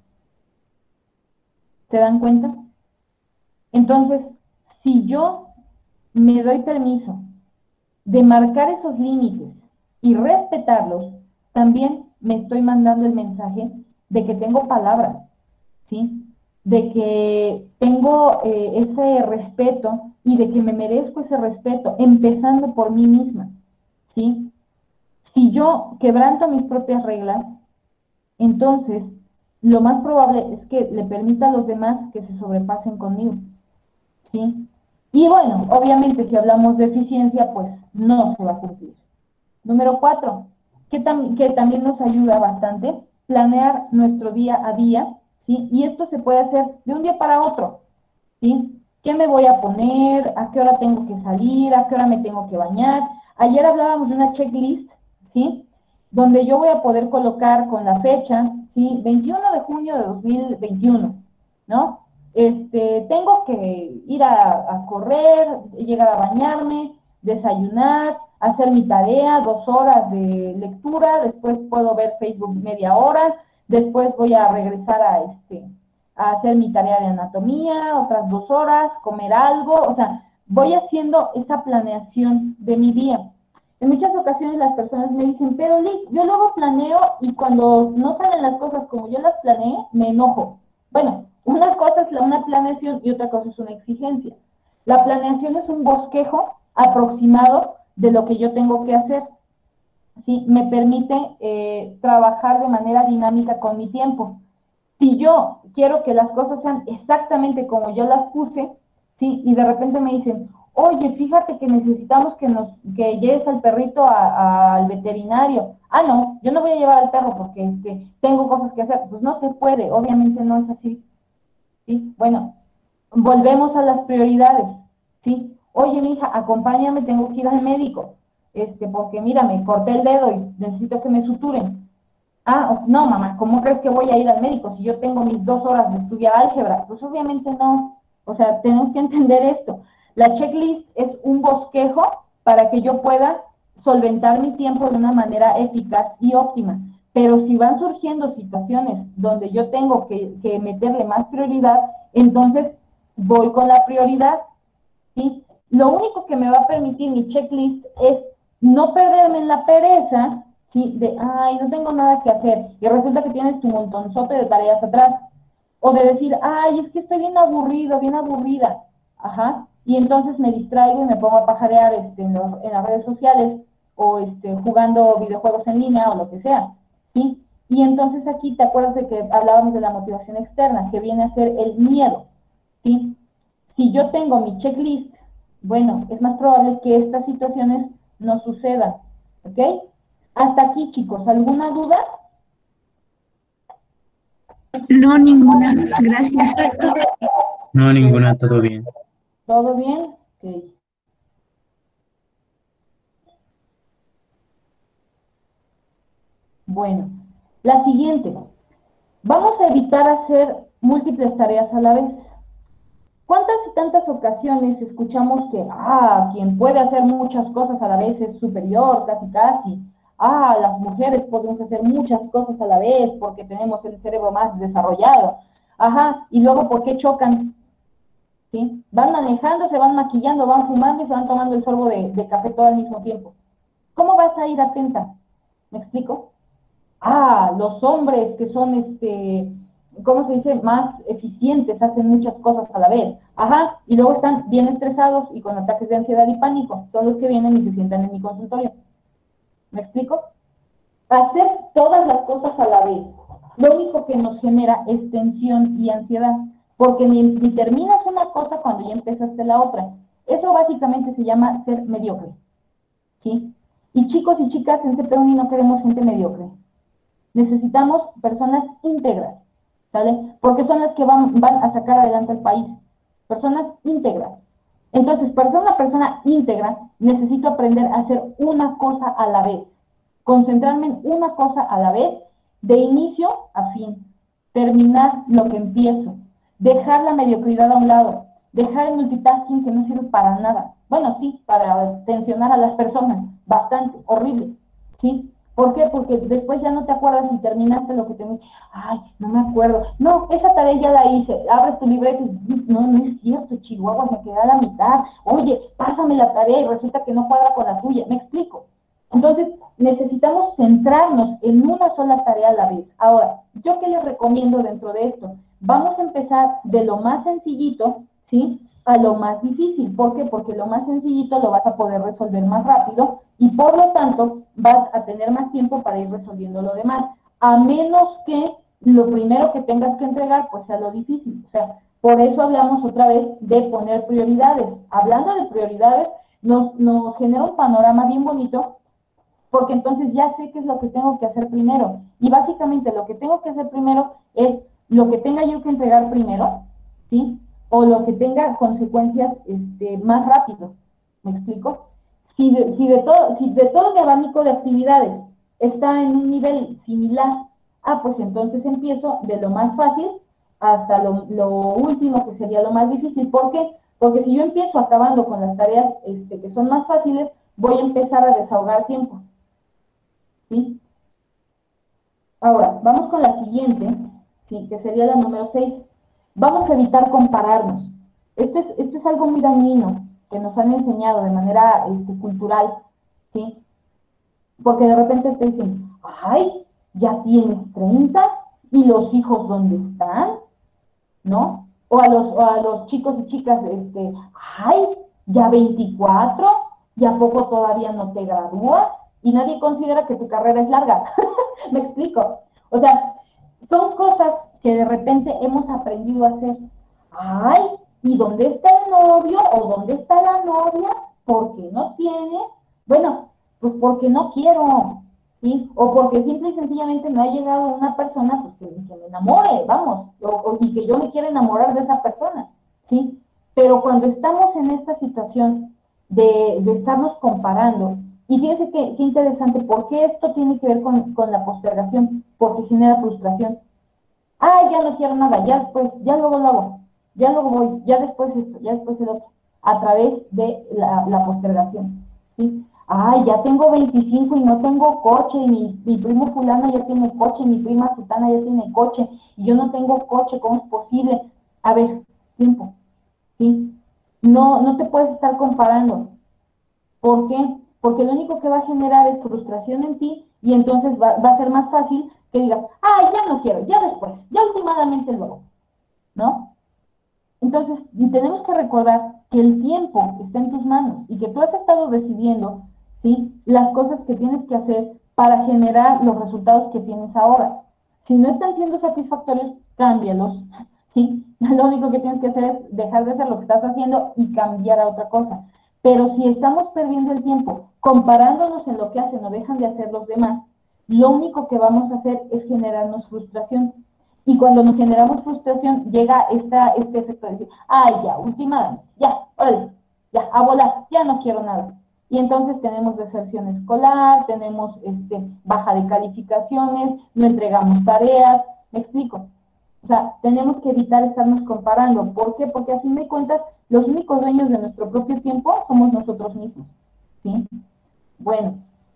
¿Se dan cuenta? Entonces, si yo me doy permiso de marcar esos límites y respetarlos, también me estoy mandando el mensaje de que tengo palabra, ¿sí? De que tengo ese respeto y de que me merezco ese respeto, empezando por mí misma, ¿sí? Si yo quebranto mis propias reglas, entonces lo más probable es que le permita a los demás que se sobrepasen conmigo, ¿sí? Y bueno, obviamente si hablamos de eficiencia, pues no se va a cumplir. Número 4, que también nos ayuda bastante, planear nuestro día a día, ¿sí? Y esto se puede hacer de un día para otro, ¿sí? ¿Qué me voy a poner? ¿A qué hora tengo que salir? ¿A qué hora me tengo que bañar? Ayer hablábamos de una checklist, ¿sí? Donde yo voy a poder colocar con la fecha, ¿sí? 21 de junio de 2021, ¿no? Tengo que ir a correr, llegar a bañarme, desayunar, hacer mi tarea, 2 horas de lectura, después puedo ver Facebook media hora, después voy a regresar a hacer mi tarea de anatomía, otras 2 horas, comer algo, o sea, voy haciendo esa planeación de mi día. En muchas ocasiones las personas me dicen, pero Lick, yo luego planeo y cuando no salen las cosas como yo las planeé, me enojo. Bueno, una cosa es una planeación y otra cosa es una exigencia. La planeación es un bosquejo aproximado de lo que yo tengo que hacer. ¿Sí? Me permite trabajar de manera dinámica con mi tiempo. Si yo quiero que las cosas sean exactamente como yo las puse, ¿sí? Y de repente me dicen, oye, fíjate que necesitamos que lleves al perrito al veterinario. Ah, no, yo no voy a llevar al perro porque tengo cosas que hacer. Pues no se puede, obviamente no es así, ¿sí? Bueno, volvemos a las prioridades, ¿sí? Oye, mi hija, acompáñame, tengo que ir al médico, porque mira, me corté el dedo y necesito que me suturen. Ah, no, mamá, ¿cómo crees que voy a ir al médico si yo tengo mis 2 horas de estudiar álgebra? Pues obviamente no. O sea, tenemos que entender esto. La checklist es un bosquejo para que yo pueda solventar mi tiempo de una manera eficaz y óptima. Pero si van surgiendo situaciones donde yo tengo que meterle más prioridad, entonces voy con la prioridad, ¿sí? Lo único que me va a permitir mi checklist es no perderme en la pereza, ¿sí? De, ay, no tengo nada que hacer. Y resulta que tienes tu montonzote de tareas atrás. O de decir, ay, es que estoy bien aburrido, bien aburrida. Ajá. Y entonces me distraigo y me pongo a pajarear en las redes sociales o jugando videojuegos en línea o lo que sea, ¿sí? Y entonces aquí te acuerdas de que hablábamos de la motivación externa, que viene a ser el miedo, ¿sí? Si yo tengo mi checklist, bueno, es más probable que estas situaciones no sucedan, ¿ok? Hasta aquí, chicos, ¿alguna duda? No, ninguna. Gracias. No, ninguna, todo bien. ¿Todo bien? Ok. Bueno, la siguiente. Vamos a evitar hacer múltiples tareas a la vez. ¿Cuántas y tantas ocasiones escuchamos que, quien puede hacer muchas cosas a la vez es superior, casi casi? Las mujeres podemos hacer muchas cosas a la vez porque tenemos el cerebro más desarrollado. Ajá, y luego, ¿por qué chocan? ¿Sí? Van manejando, se van maquillando, van fumando y se van tomando el sorbo de café todo al mismo tiempo. ¿Cómo vas a ir atenta? ¿Me explico? Los hombres que son, ¿cómo se dice? Más eficientes, hacen muchas cosas a la vez. Ajá, y luego están bien estresados y con ataques de ansiedad y pánico. Son los que vienen y se sientan en mi consultorio. ¿Me explico? Hacer todas las cosas a la vez, lo único que nos genera es tensión y ansiedad, porque ni terminas una cosa cuando ya empezaste la otra. Eso básicamente se llama ser mediocre, ¿sí? Y chicos y chicas, en CP Uni no queremos gente mediocre. Necesitamos personas íntegras, ¿sale? Porque son las que van a sacar adelante al país, personas íntegras. Entonces, para ser una persona íntegra, necesito aprender a hacer una cosa a la vez, concentrarme en una cosa a la vez, de inicio a fin, terminar lo que empiezo, dejar la mediocridad a un lado, dejar el multitasking que no sirve para nada. Bueno, sí, para tensionar a las personas, bastante, horrible, ¿sí? ¿Por qué? Porque después ya no te acuerdas si terminaste lo que tenías. Ay, no me acuerdo. No, esa tarea ya la hice. Abres tu libreta y no, no es cierto, Chihuahua, me quedé a la mitad. Oye, pásame la tarea y resulta que no cuadra con la tuya. ¿Me explico? Entonces, necesitamos centrarnos en una sola tarea a la vez. Ahora, ¿yo qué les recomiendo dentro de esto? Vamos a empezar de lo más sencillito, ¿sí? A lo más difícil. ¿Por qué? Porque lo más sencillito lo vas a poder resolver más rápido y por lo tanto vas a tener más tiempo para ir resolviendo lo demás, a menos que lo primero que tengas que entregar pues sea lo difícil. O sea, por eso hablamos otra vez de poner prioridades. Hablando de prioridades, nos genera un panorama bien bonito, porque entonces ya sé qué es lo que tengo que hacer primero. Y básicamente lo que tengo que hacer primero es lo que tenga yo que entregar primero, ¿sí? O lo que tenga consecuencias más rápido. ¿Me explico? Si de todo mi abanico de actividades está en un nivel similar, pues entonces empiezo de lo más fácil hasta lo último, que sería lo más difícil. ¿Por qué? Porque si yo empiezo acabando con las tareas que son más fáciles, voy a empezar a desahogar tiempo. ¿Sí? Ahora, vamos con la siguiente, ¿sí? Que sería la número 6. Vamos a evitar compararnos. Este es algo muy dañino que nos han enseñado de manera cultural, ¿sí? Porque de repente te dicen, ay, ya tienes 30 y los hijos ¿dónde están? ¿No? O a los chicos y chicas, ay, ya 24, ¿y a poco todavía no te gradúas? Y nadie considera que tu carrera es larga. ¿Me explico? O sea, son cosas que de repente hemos aprendido a hacer. Ay, ¿y dónde está el novio o dónde está la novia? ¿Por qué no tienes? Bueno, pues porque no quiero, ¿sí? O porque simple y sencillamente no ha llegado una persona pues, que me enamore, vamos, y que yo me quiera enamorar de esa persona, ¿sí? Pero cuando estamos en esta situación de estarnos comparando, y fíjense qué interesante, ¿por qué esto tiene que ver con la postergación? Porque genera frustración. Ya no quiero nada, ya después, ya luego lo hago, ya luego voy, ya después esto, ya después el otro, a través de la postergación, ¿sí? Ya tengo 25 y no tengo coche, y mi primo fulano ya tiene coche, mi prima sultana ya tiene coche, y yo no tengo coche, ¿cómo es posible? A ver, tiempo, ¿sí? No te puedes estar comparando. ¿Por qué? Porque lo único que va a generar es frustración en ti y entonces va a ser más fácil que digas, ya no quiero, ya después, ya últimamente luego, ¿no? Entonces, tenemos que recordar que el tiempo está en tus manos y que tú has estado decidiendo, ¿sí? Las cosas que tienes que hacer para generar los resultados que tienes ahora. Si no están siendo satisfactorios, cámbialos, ¿sí? Lo único que tienes que hacer es dejar de hacer lo que estás haciendo y cambiar a otra cosa. Pero si estamos perdiendo el tiempo comparándonos en lo que hacen o dejan de hacer los demás, lo único que vamos a hacer es generarnos frustración. Y cuando nos generamos frustración, llega este efecto de decir, ya, últimamente, ya, órale, ya, a volar, ya no quiero nada. Y entonces tenemos deserción escolar, tenemos baja de calificaciones, no entregamos tareas, ¿me explico? O sea, tenemos que evitar estarnos comparando. ¿Por qué? Porque a fin de cuentas, los únicos dueños de nuestro propio tiempo somos nosotros mismos, ¿sí? Bueno,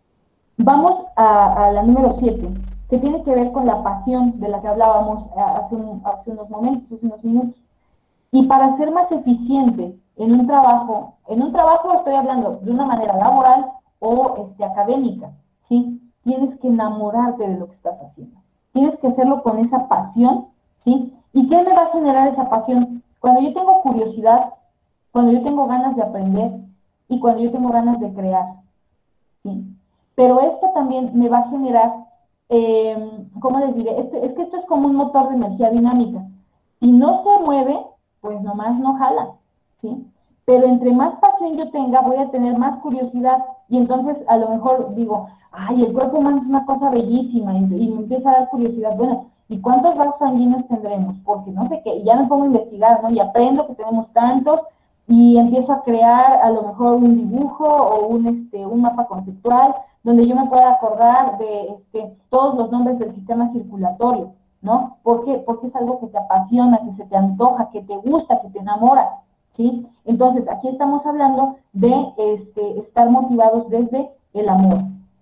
vamos a la número 7, que tiene que ver con la pasión de la que hablábamos hace unos momentos, hace unos minutos. Y para ser más eficiente en un trabajo estoy hablando de una manera laboral o académica, ¿sí? Tienes que enamorarte de lo que estás haciendo. Tienes que hacerlo con esa pasión, ¿sí? ¿Y qué me va a generar esa pasión? Cuando yo tengo curiosidad, cuando yo tengo ganas de aprender y cuando yo tengo ganas de crear, ¿sí? Pero esto también me va a generar, ¿cómo les diré? Es que esto es como un motor de energía dinámica. Si no se mueve, pues nomás no jala, ¿sí? Pero entre más pasión yo tenga, voy a tener más curiosidad y entonces a lo mejor digo, el cuerpo humano es una cosa bellísima y me empieza a dar curiosidad. Bueno, ¿Y cuántos vasos sanguíneos tendremos? Porque no sé qué, y ya me pongo a investigar, ¿no? Y aprendo que tenemos tantos, y empiezo a crear a lo mejor un dibujo o un mapa conceptual donde yo me pueda acordar de todos los nombres del sistema circulatorio, ¿no? ¿Por qué? Porque es algo que te apasiona, que se te antoja, que te gusta, que te enamora, ¿sí? Entonces, aquí estamos hablando de estar motivados desde el amor,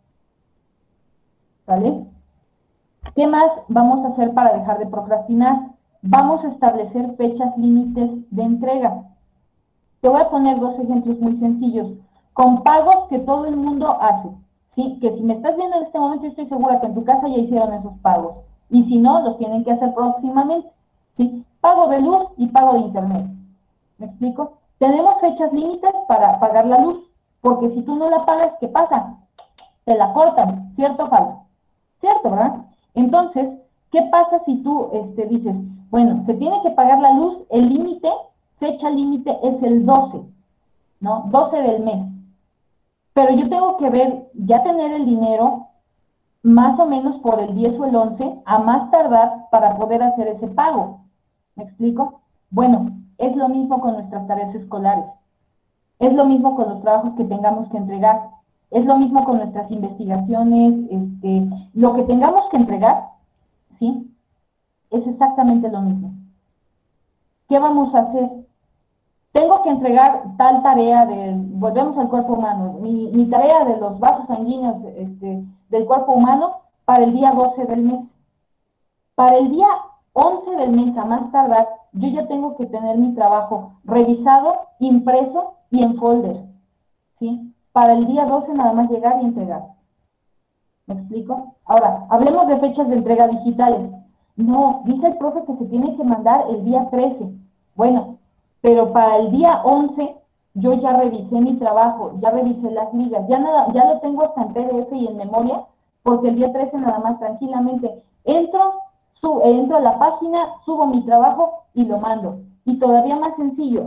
¿vale? ¿Qué más vamos a hacer para dejar de procrastinar? Vamos a establecer fechas límites de entrega. Te voy a poner dos ejemplos muy sencillos, con pagos que todo el mundo hace, ¿sí? Que si me estás viendo en este momento, yo estoy segura que en tu casa ya hicieron esos pagos, y si no, los tienen que hacer próximamente, ¿sí? Pago de luz y pago de internet, ¿me explico? Tenemos fechas límites para pagar la luz, porque si tú no la pagas, ¿qué pasa? Te la cortan, ¿cierto o falso? ¿Cierto, verdad? Entonces, ¿qué pasa si tú dices, bueno, se tiene que pagar la luz, el límite, fecha límite es el 12, ¿no? 12 del mes. Pero yo tengo que ver, ya tener el dinero más o menos por el 10 o el 11, a más tardar para poder hacer ese pago. ¿Me explico? Bueno, es lo mismo con nuestras tareas escolares. Es lo mismo con los trabajos que tengamos que entregar. Es lo mismo con nuestras investigaciones, lo que tengamos que entregar, ¿sí? Es exactamente lo mismo. ¿Qué vamos a hacer? Tengo que entregar tal tarea volvemos al cuerpo humano, mi tarea de los vasos sanguíneos del cuerpo humano para el día 12 del mes. Para el día 11 del mes, a más tardar, yo ya tengo que tener mi trabajo revisado, impreso y en folder, ¿sí? Para el día 12 nada más llegar y entregar. ¿Me explico? Ahora, hablemos de fechas de entrega digitales. No, dice el profe que se tiene que mandar el día 13. Bueno, pero para el día 11 yo ya revisé mi trabajo, ya revisé las ligas, ya lo tengo hasta en PDF y en memoria, porque el día 13 nada más tranquilamente entro a la página, subo mi trabajo y lo mando. Y todavía más sencillo,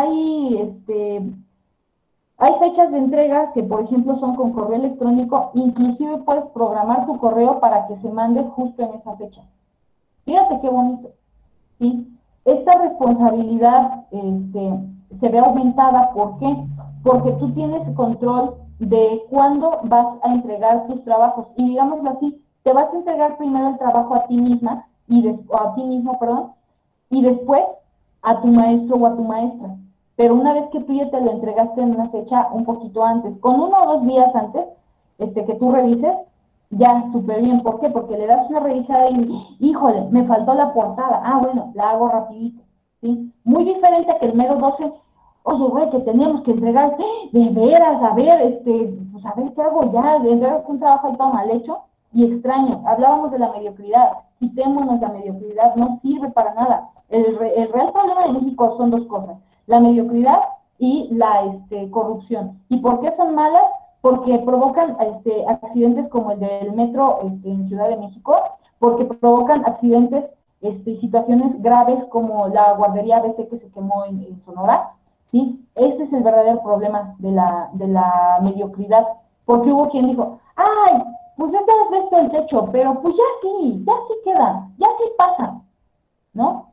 hay fechas de entrega que, por ejemplo, son con correo electrónico, inclusive puedes programar tu correo para que se mande justo en esa fecha. Fíjate qué bonito, ¿sí? Esta responsabilidad se ve aumentada, ¿por qué? Porque tú tienes control de cuándo vas a entregar tus trabajos, y digámoslo así, te vas a entregar primero el trabajo a ti misma, o a ti mismo, perdón, y después a tu maestro o a tu maestra. Pero una vez que tú ya te lo entregaste en una fecha un poquito antes, con 1 o 2 días antes, que tú revises, ya súper bien. ¿Por qué? Porque le das una revisada y, híjole, me faltó la portada. Ah, bueno, la hago rapidito, ¿sí? Muy diferente a que el mero 12, oye, güey, que tenemos que entregar, de veras, a ver, pues a ver qué hago ya, de entregar un trabajo ahí todo mal hecho y extraño. Hablábamos de la mediocridad, quitémonos la mediocridad, no sirve para nada. El real problema de México son dos cosas, la mediocridad y la corrupción. ¿Y por qué son malas? Porque provocan accidentes como el del metro en Ciudad de México, porque provocan accidentes y situaciones graves como la guardería ABC que se quemó en Sonora, ¿sí? Ese es el verdadero problema de la mediocridad, porque hubo quien dijo, ay, pues este es el techo, pero pues ya sí queda, ya sí pasa, ¿no?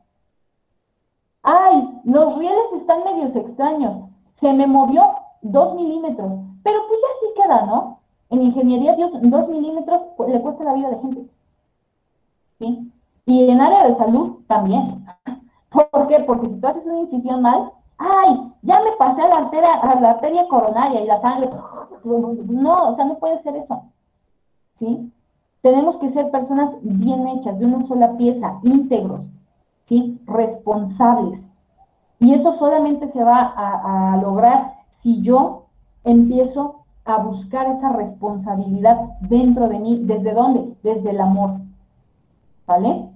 Ay, los rieles están medios extraños. Se me movió 2 milímetros. Pero pues ya sí queda, ¿no? En ingeniería, Dios, 2 milímetros le cuesta la vida a la gente. ¿Sí? Y en área de salud también. ¿Por qué? Porque si tú haces una incisión mal, ay, ya me pasé a la arteria coronaria y la sangre. No, o sea, no puede ser eso. ¿Sí? Tenemos que ser personas bien hechas, de una sola pieza, íntegros, ¿sí? Responsables. Y eso solamente se va a lograr si yo empiezo a buscar esa responsabilidad dentro de mí. ¿Desde dónde? Desde el amor. ¿Vale?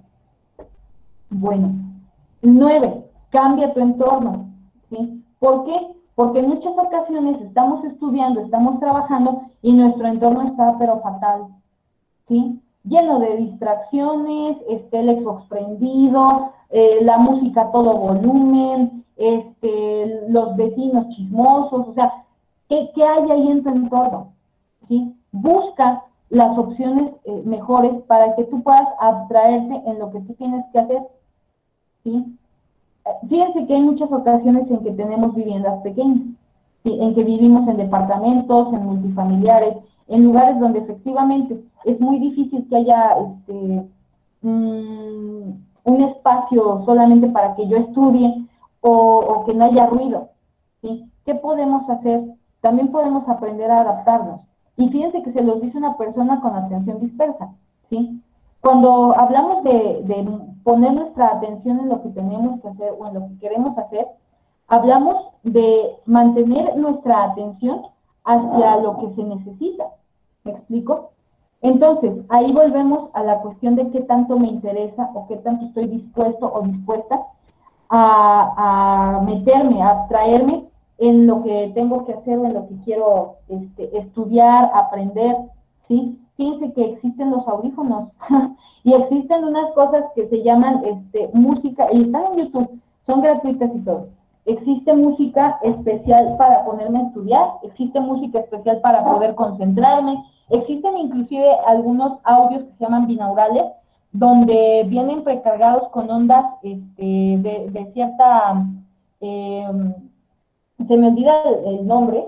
Bueno. 9. Cambia tu entorno. ¿Sí? ¿Por qué? Porque en muchas ocasiones estamos estudiando, estamos trabajando y nuestro entorno está pero fatal. ¿Sí? Lleno de distracciones, el Xbox prendido, la música a todo volumen, los vecinos chismosos, o sea, ¿qué hay ahí en tu entorno? ¿Sí? Busca las opciones mejores para que tú puedas abstraerte en lo que tú tienes que hacer, ¿sí? Fíjense que hay muchas ocasiones en que tenemos viviendas pequeñas, ¿sí? En que vivimos en departamentos, en multifamiliares, en lugares donde efectivamente es muy difícil que haya un espacio solamente para que yo estudie o que no haya ruido, ¿sí? ¿Qué podemos hacer? También podemos aprender a adaptarnos. Y fíjense que se los dice una persona con atención dispersa, ¿sí? Cuando hablamos de poner nuestra atención en lo que tenemos que hacer o en lo que queremos hacer, hablamos de mantener nuestra atención hacia lo que se necesita. ¿Me explico? Entonces, ahí volvemos a la cuestión de qué tanto me interesa o qué tanto estoy dispuesto o dispuesta a meterme, a abstraerme en lo que tengo que hacer o en lo que quiero estudiar, aprender, ¿sí? Fíjense que existen los audífonos y existen unas cosas que se llaman música, y están en YouTube, son gratuitas y todo. Existe música especial para ponerme a estudiar, existe música especial para poder concentrarme, existen inclusive algunos audios que se llaman binaurales, donde vienen precargados con ondas de cierta, se me olvida el nombre,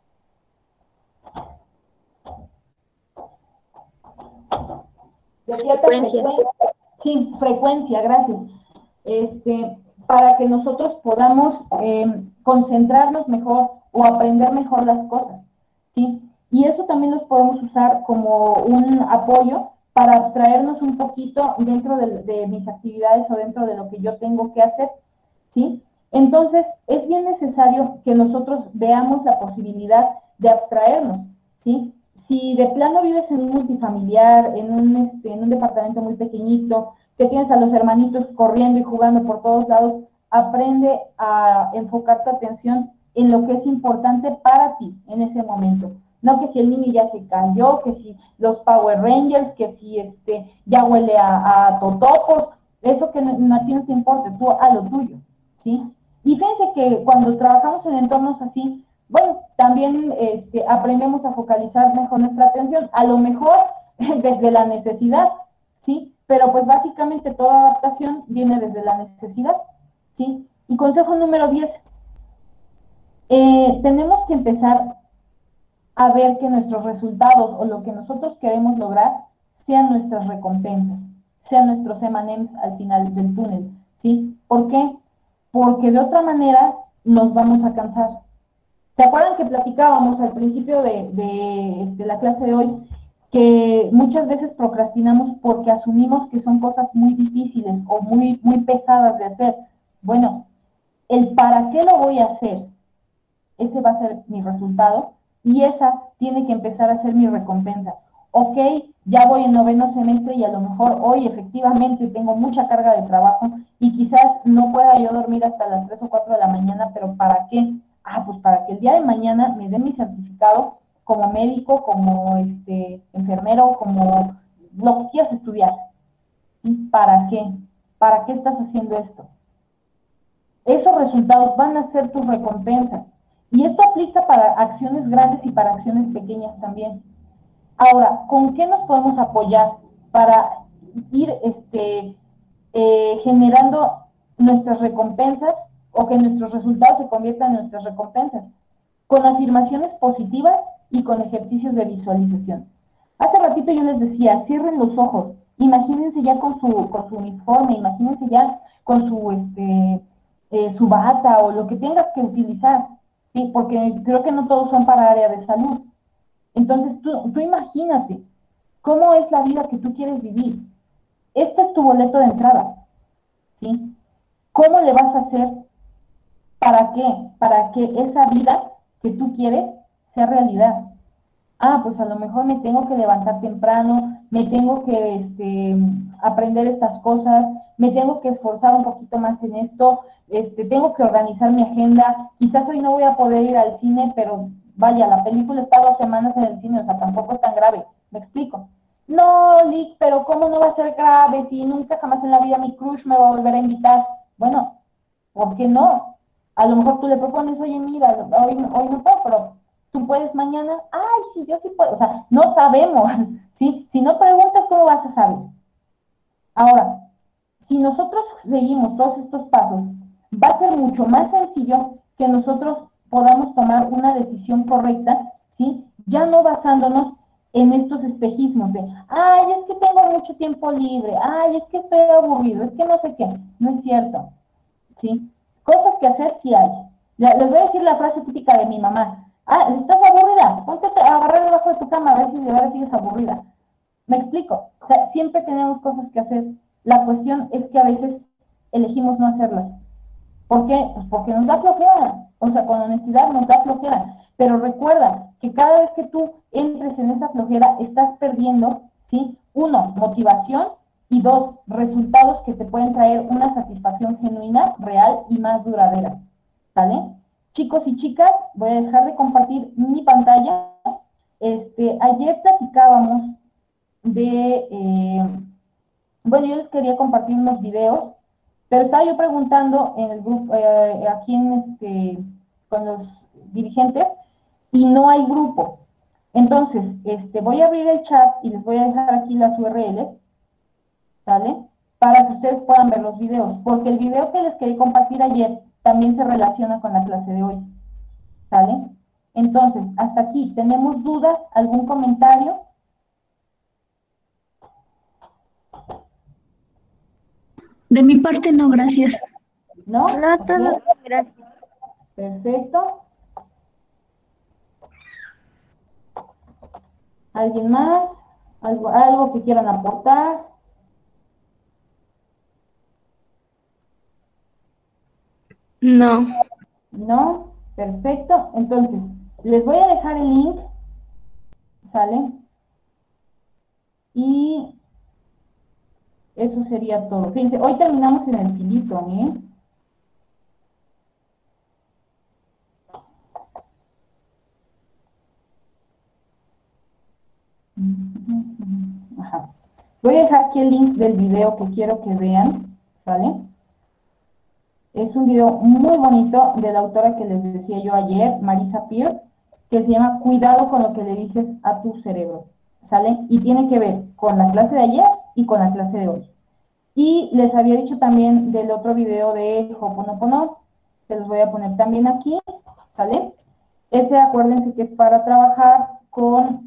de cierta frecuencia. Sí, frecuencia, gracias. Para que nosotros podamos concentrarnos mejor o aprender mejor las cosas, ¿sí? Y eso también los podemos usar como un apoyo para abstraernos un poquito dentro de mis actividades o dentro de lo que yo tengo que hacer, ¿sí? Entonces, es bien necesario que nosotros veamos la posibilidad de abstraernos, ¿sí? Si de plano vives en un multifamiliar, en un departamento muy pequeñito, que tienes a los hermanitos corriendo y jugando por todos lados, aprende a enfocar tu atención en lo que es importante para ti en ese momento. No que si el niño ya se cayó, que si los Power Rangers, que si ya huele a totopos, eso que no, a ti no te importa, tú a lo tuyo, ¿sí? Y fíjense que cuando trabajamos en entornos así, bueno, también aprendemos a focalizar mejor nuestra atención, a lo mejor desde la necesidad, ¿sí? Pero pues básicamente toda adaptación viene desde la necesidad, ¿sí? Y consejo número 10, tenemos que empezar a ver que nuestros resultados o lo que nosotros queremos lograr sean nuestras recompensas, sean nuestros M&M's al final del túnel, ¿sí? ¿Por qué? Porque de otra manera nos vamos a cansar. ¿Se acuerdan que platicábamos al principio de la clase de hoy que muchas veces procrastinamos porque asumimos que son cosas muy difíciles o muy, muy pesadas de hacer? Bueno, el para qué lo voy a hacer, ese va a ser mi resultado y esa tiene que empezar a ser mi recompensa. Ok, ya voy en 9º semestre y a lo mejor hoy efectivamente tengo mucha carga de trabajo y quizás no pueda yo dormir hasta las 3 o 4 de la mañana, pero ¿para qué? Ah, pues para que el día de mañana me den mi certificado como médico, como enfermero, como lo que quieras estudiar. ¿Y para qué? ¿Para qué estás haciendo esto? Esos resultados van a ser tus recompensas. Y esto aplica para acciones grandes y para acciones pequeñas también. Ahora, ¿con qué nos podemos apoyar para ir generando nuestras recompensas o que nuestros resultados se conviertan en nuestras recompensas? Con afirmaciones positivas y con ejercicios de visualización. Hace ratito yo les decía, cierren los ojos, imagínense ya con su uniforme, imagínense ya con su bata o lo que tengas que utilizar, ¿sí? Porque creo que no todos son para área de salud. Entonces tú imagínate cómo es la vida que tú quieres vivir. Este es tu boleto de entrada, ¿sí? ¿Cómo le vas a hacer? ¿Para qué? Para que esa vida que tú quieres sea realidad. Ah, pues a lo mejor me tengo que levantar temprano, me tengo que aprender estas cosas, me tengo que esforzar un poquito más en esto, tengo que organizar mi agenda, quizás hoy no voy a poder ir al cine, pero vaya, la película está 2 semanas en el cine, o sea, tampoco es tan grave, ¿me explico? No, Lick, pero ¿cómo no va a ser grave si nunca jamás en la vida mi crush me va a volver a invitar? Bueno, ¿por qué no? A lo mejor tú le propones, oye, mira, hoy no puedo, pero ¿Tú puedes mañana? Ay, sí, yo sí puedo. O sea, no sabemos, ¿sí? Si no preguntas, ¿cómo vas a saber? Ahora, si nosotros seguimos todos estos pasos, va a ser mucho más sencillo que nosotros podamos tomar una decisión correcta, ¿sí? Ya no basándonos en estos espejismos de, ay, es que tengo mucho tiempo libre, ay, es que estoy aburrido, es que no sé qué. No es cierto, ¿sí? Cosas que hacer sí hay. Les voy a decir la frase típica de mi mamá. Ah, ¿estás aburrida? Ponte a agarrar debajo de tu cama a ver si de verdad sigues aburrida. Me explico. O sea, siempre tenemos cosas que hacer. La cuestión es que a veces elegimos no hacerlas. ¿Por qué? Pues porque nos da flojera. O sea, con honestidad nos da flojera. Pero recuerda que cada vez que tú entres en esa flojera, estás perdiendo, ¿sí? Uno, motivación y dos, resultados que te pueden traer una satisfacción genuina, real y más duradera. ¿Sale? Chicos y chicas, voy a dejar de compartir mi pantalla. Ayer platicábamos bueno, yo les quería compartir unos videos, pero estaba yo preguntando en el grupo, aquí con los dirigentes, y no hay grupo. Entonces, voy a abrir el chat y les voy a dejar aquí las URLs, ¿sale? Para que ustedes puedan ver los videos, porque el video que les quería compartir ayer también se relaciona con la clase de hoy, ¿sale? Entonces, hasta aquí, ¿tenemos dudas? ¿Algún comentario? De mi parte, no, gracias. ¿No? No, ¿Ok? todo, gracias. Perfecto. ¿Alguien más? ¿Algo que quieran aportar? No. ¿No? Perfecto. Entonces, les voy a dejar el link, ¿sale? Y eso sería todo. Fíjense, hoy terminamos en el filito, ¿eh? Ajá. Voy a dejar aquí el link del video que quiero que vean, ¿sale? Es un video muy bonito de la autora que les decía yo ayer, Marisa Peer, que se llama Cuidado con lo que le dices a tu cerebro, ¿sale? Y tiene que ver con la clase de ayer y con la clase de hoy. Y les había dicho también del otro video de Ho'oponopono, que los voy a poner también aquí, ¿sale? Ese acuérdense que es para trabajar con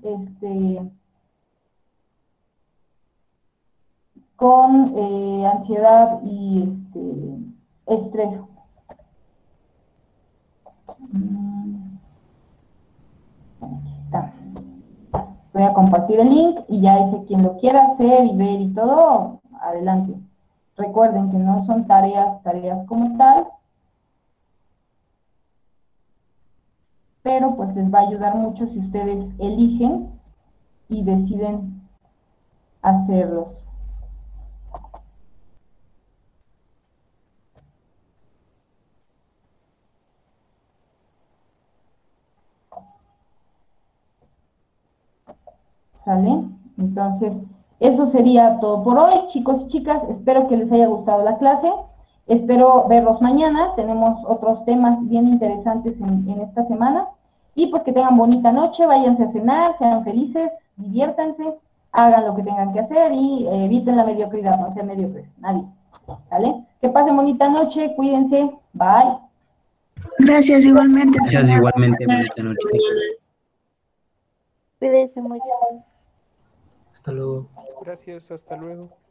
ansiedad y estrés. Aquí está. Voy a compartir el link y ya ese quien lo quiera hacer y ver y todo, adelante. Recuerden que no son tareas como tal, pero pues les va a ayudar mucho si ustedes eligen y deciden hacerlos. ¿Sale? Entonces, eso sería todo por hoy, chicos y chicas. Espero que les haya gustado la clase. Espero verlos mañana. Tenemos otros temas bien interesantes en esta semana. Y pues que tengan bonita noche, váyanse a cenar, sean felices, diviértanse, hagan lo que tengan que hacer y eviten la mediocridad, no sean mediocres, nadie. ¿Sale? Que pasen bonita noche, cuídense, bye. Gracias, igualmente. Gracias igualmente, bonita noche. Cuídense mucho. Hasta luego. Gracias, hasta luego.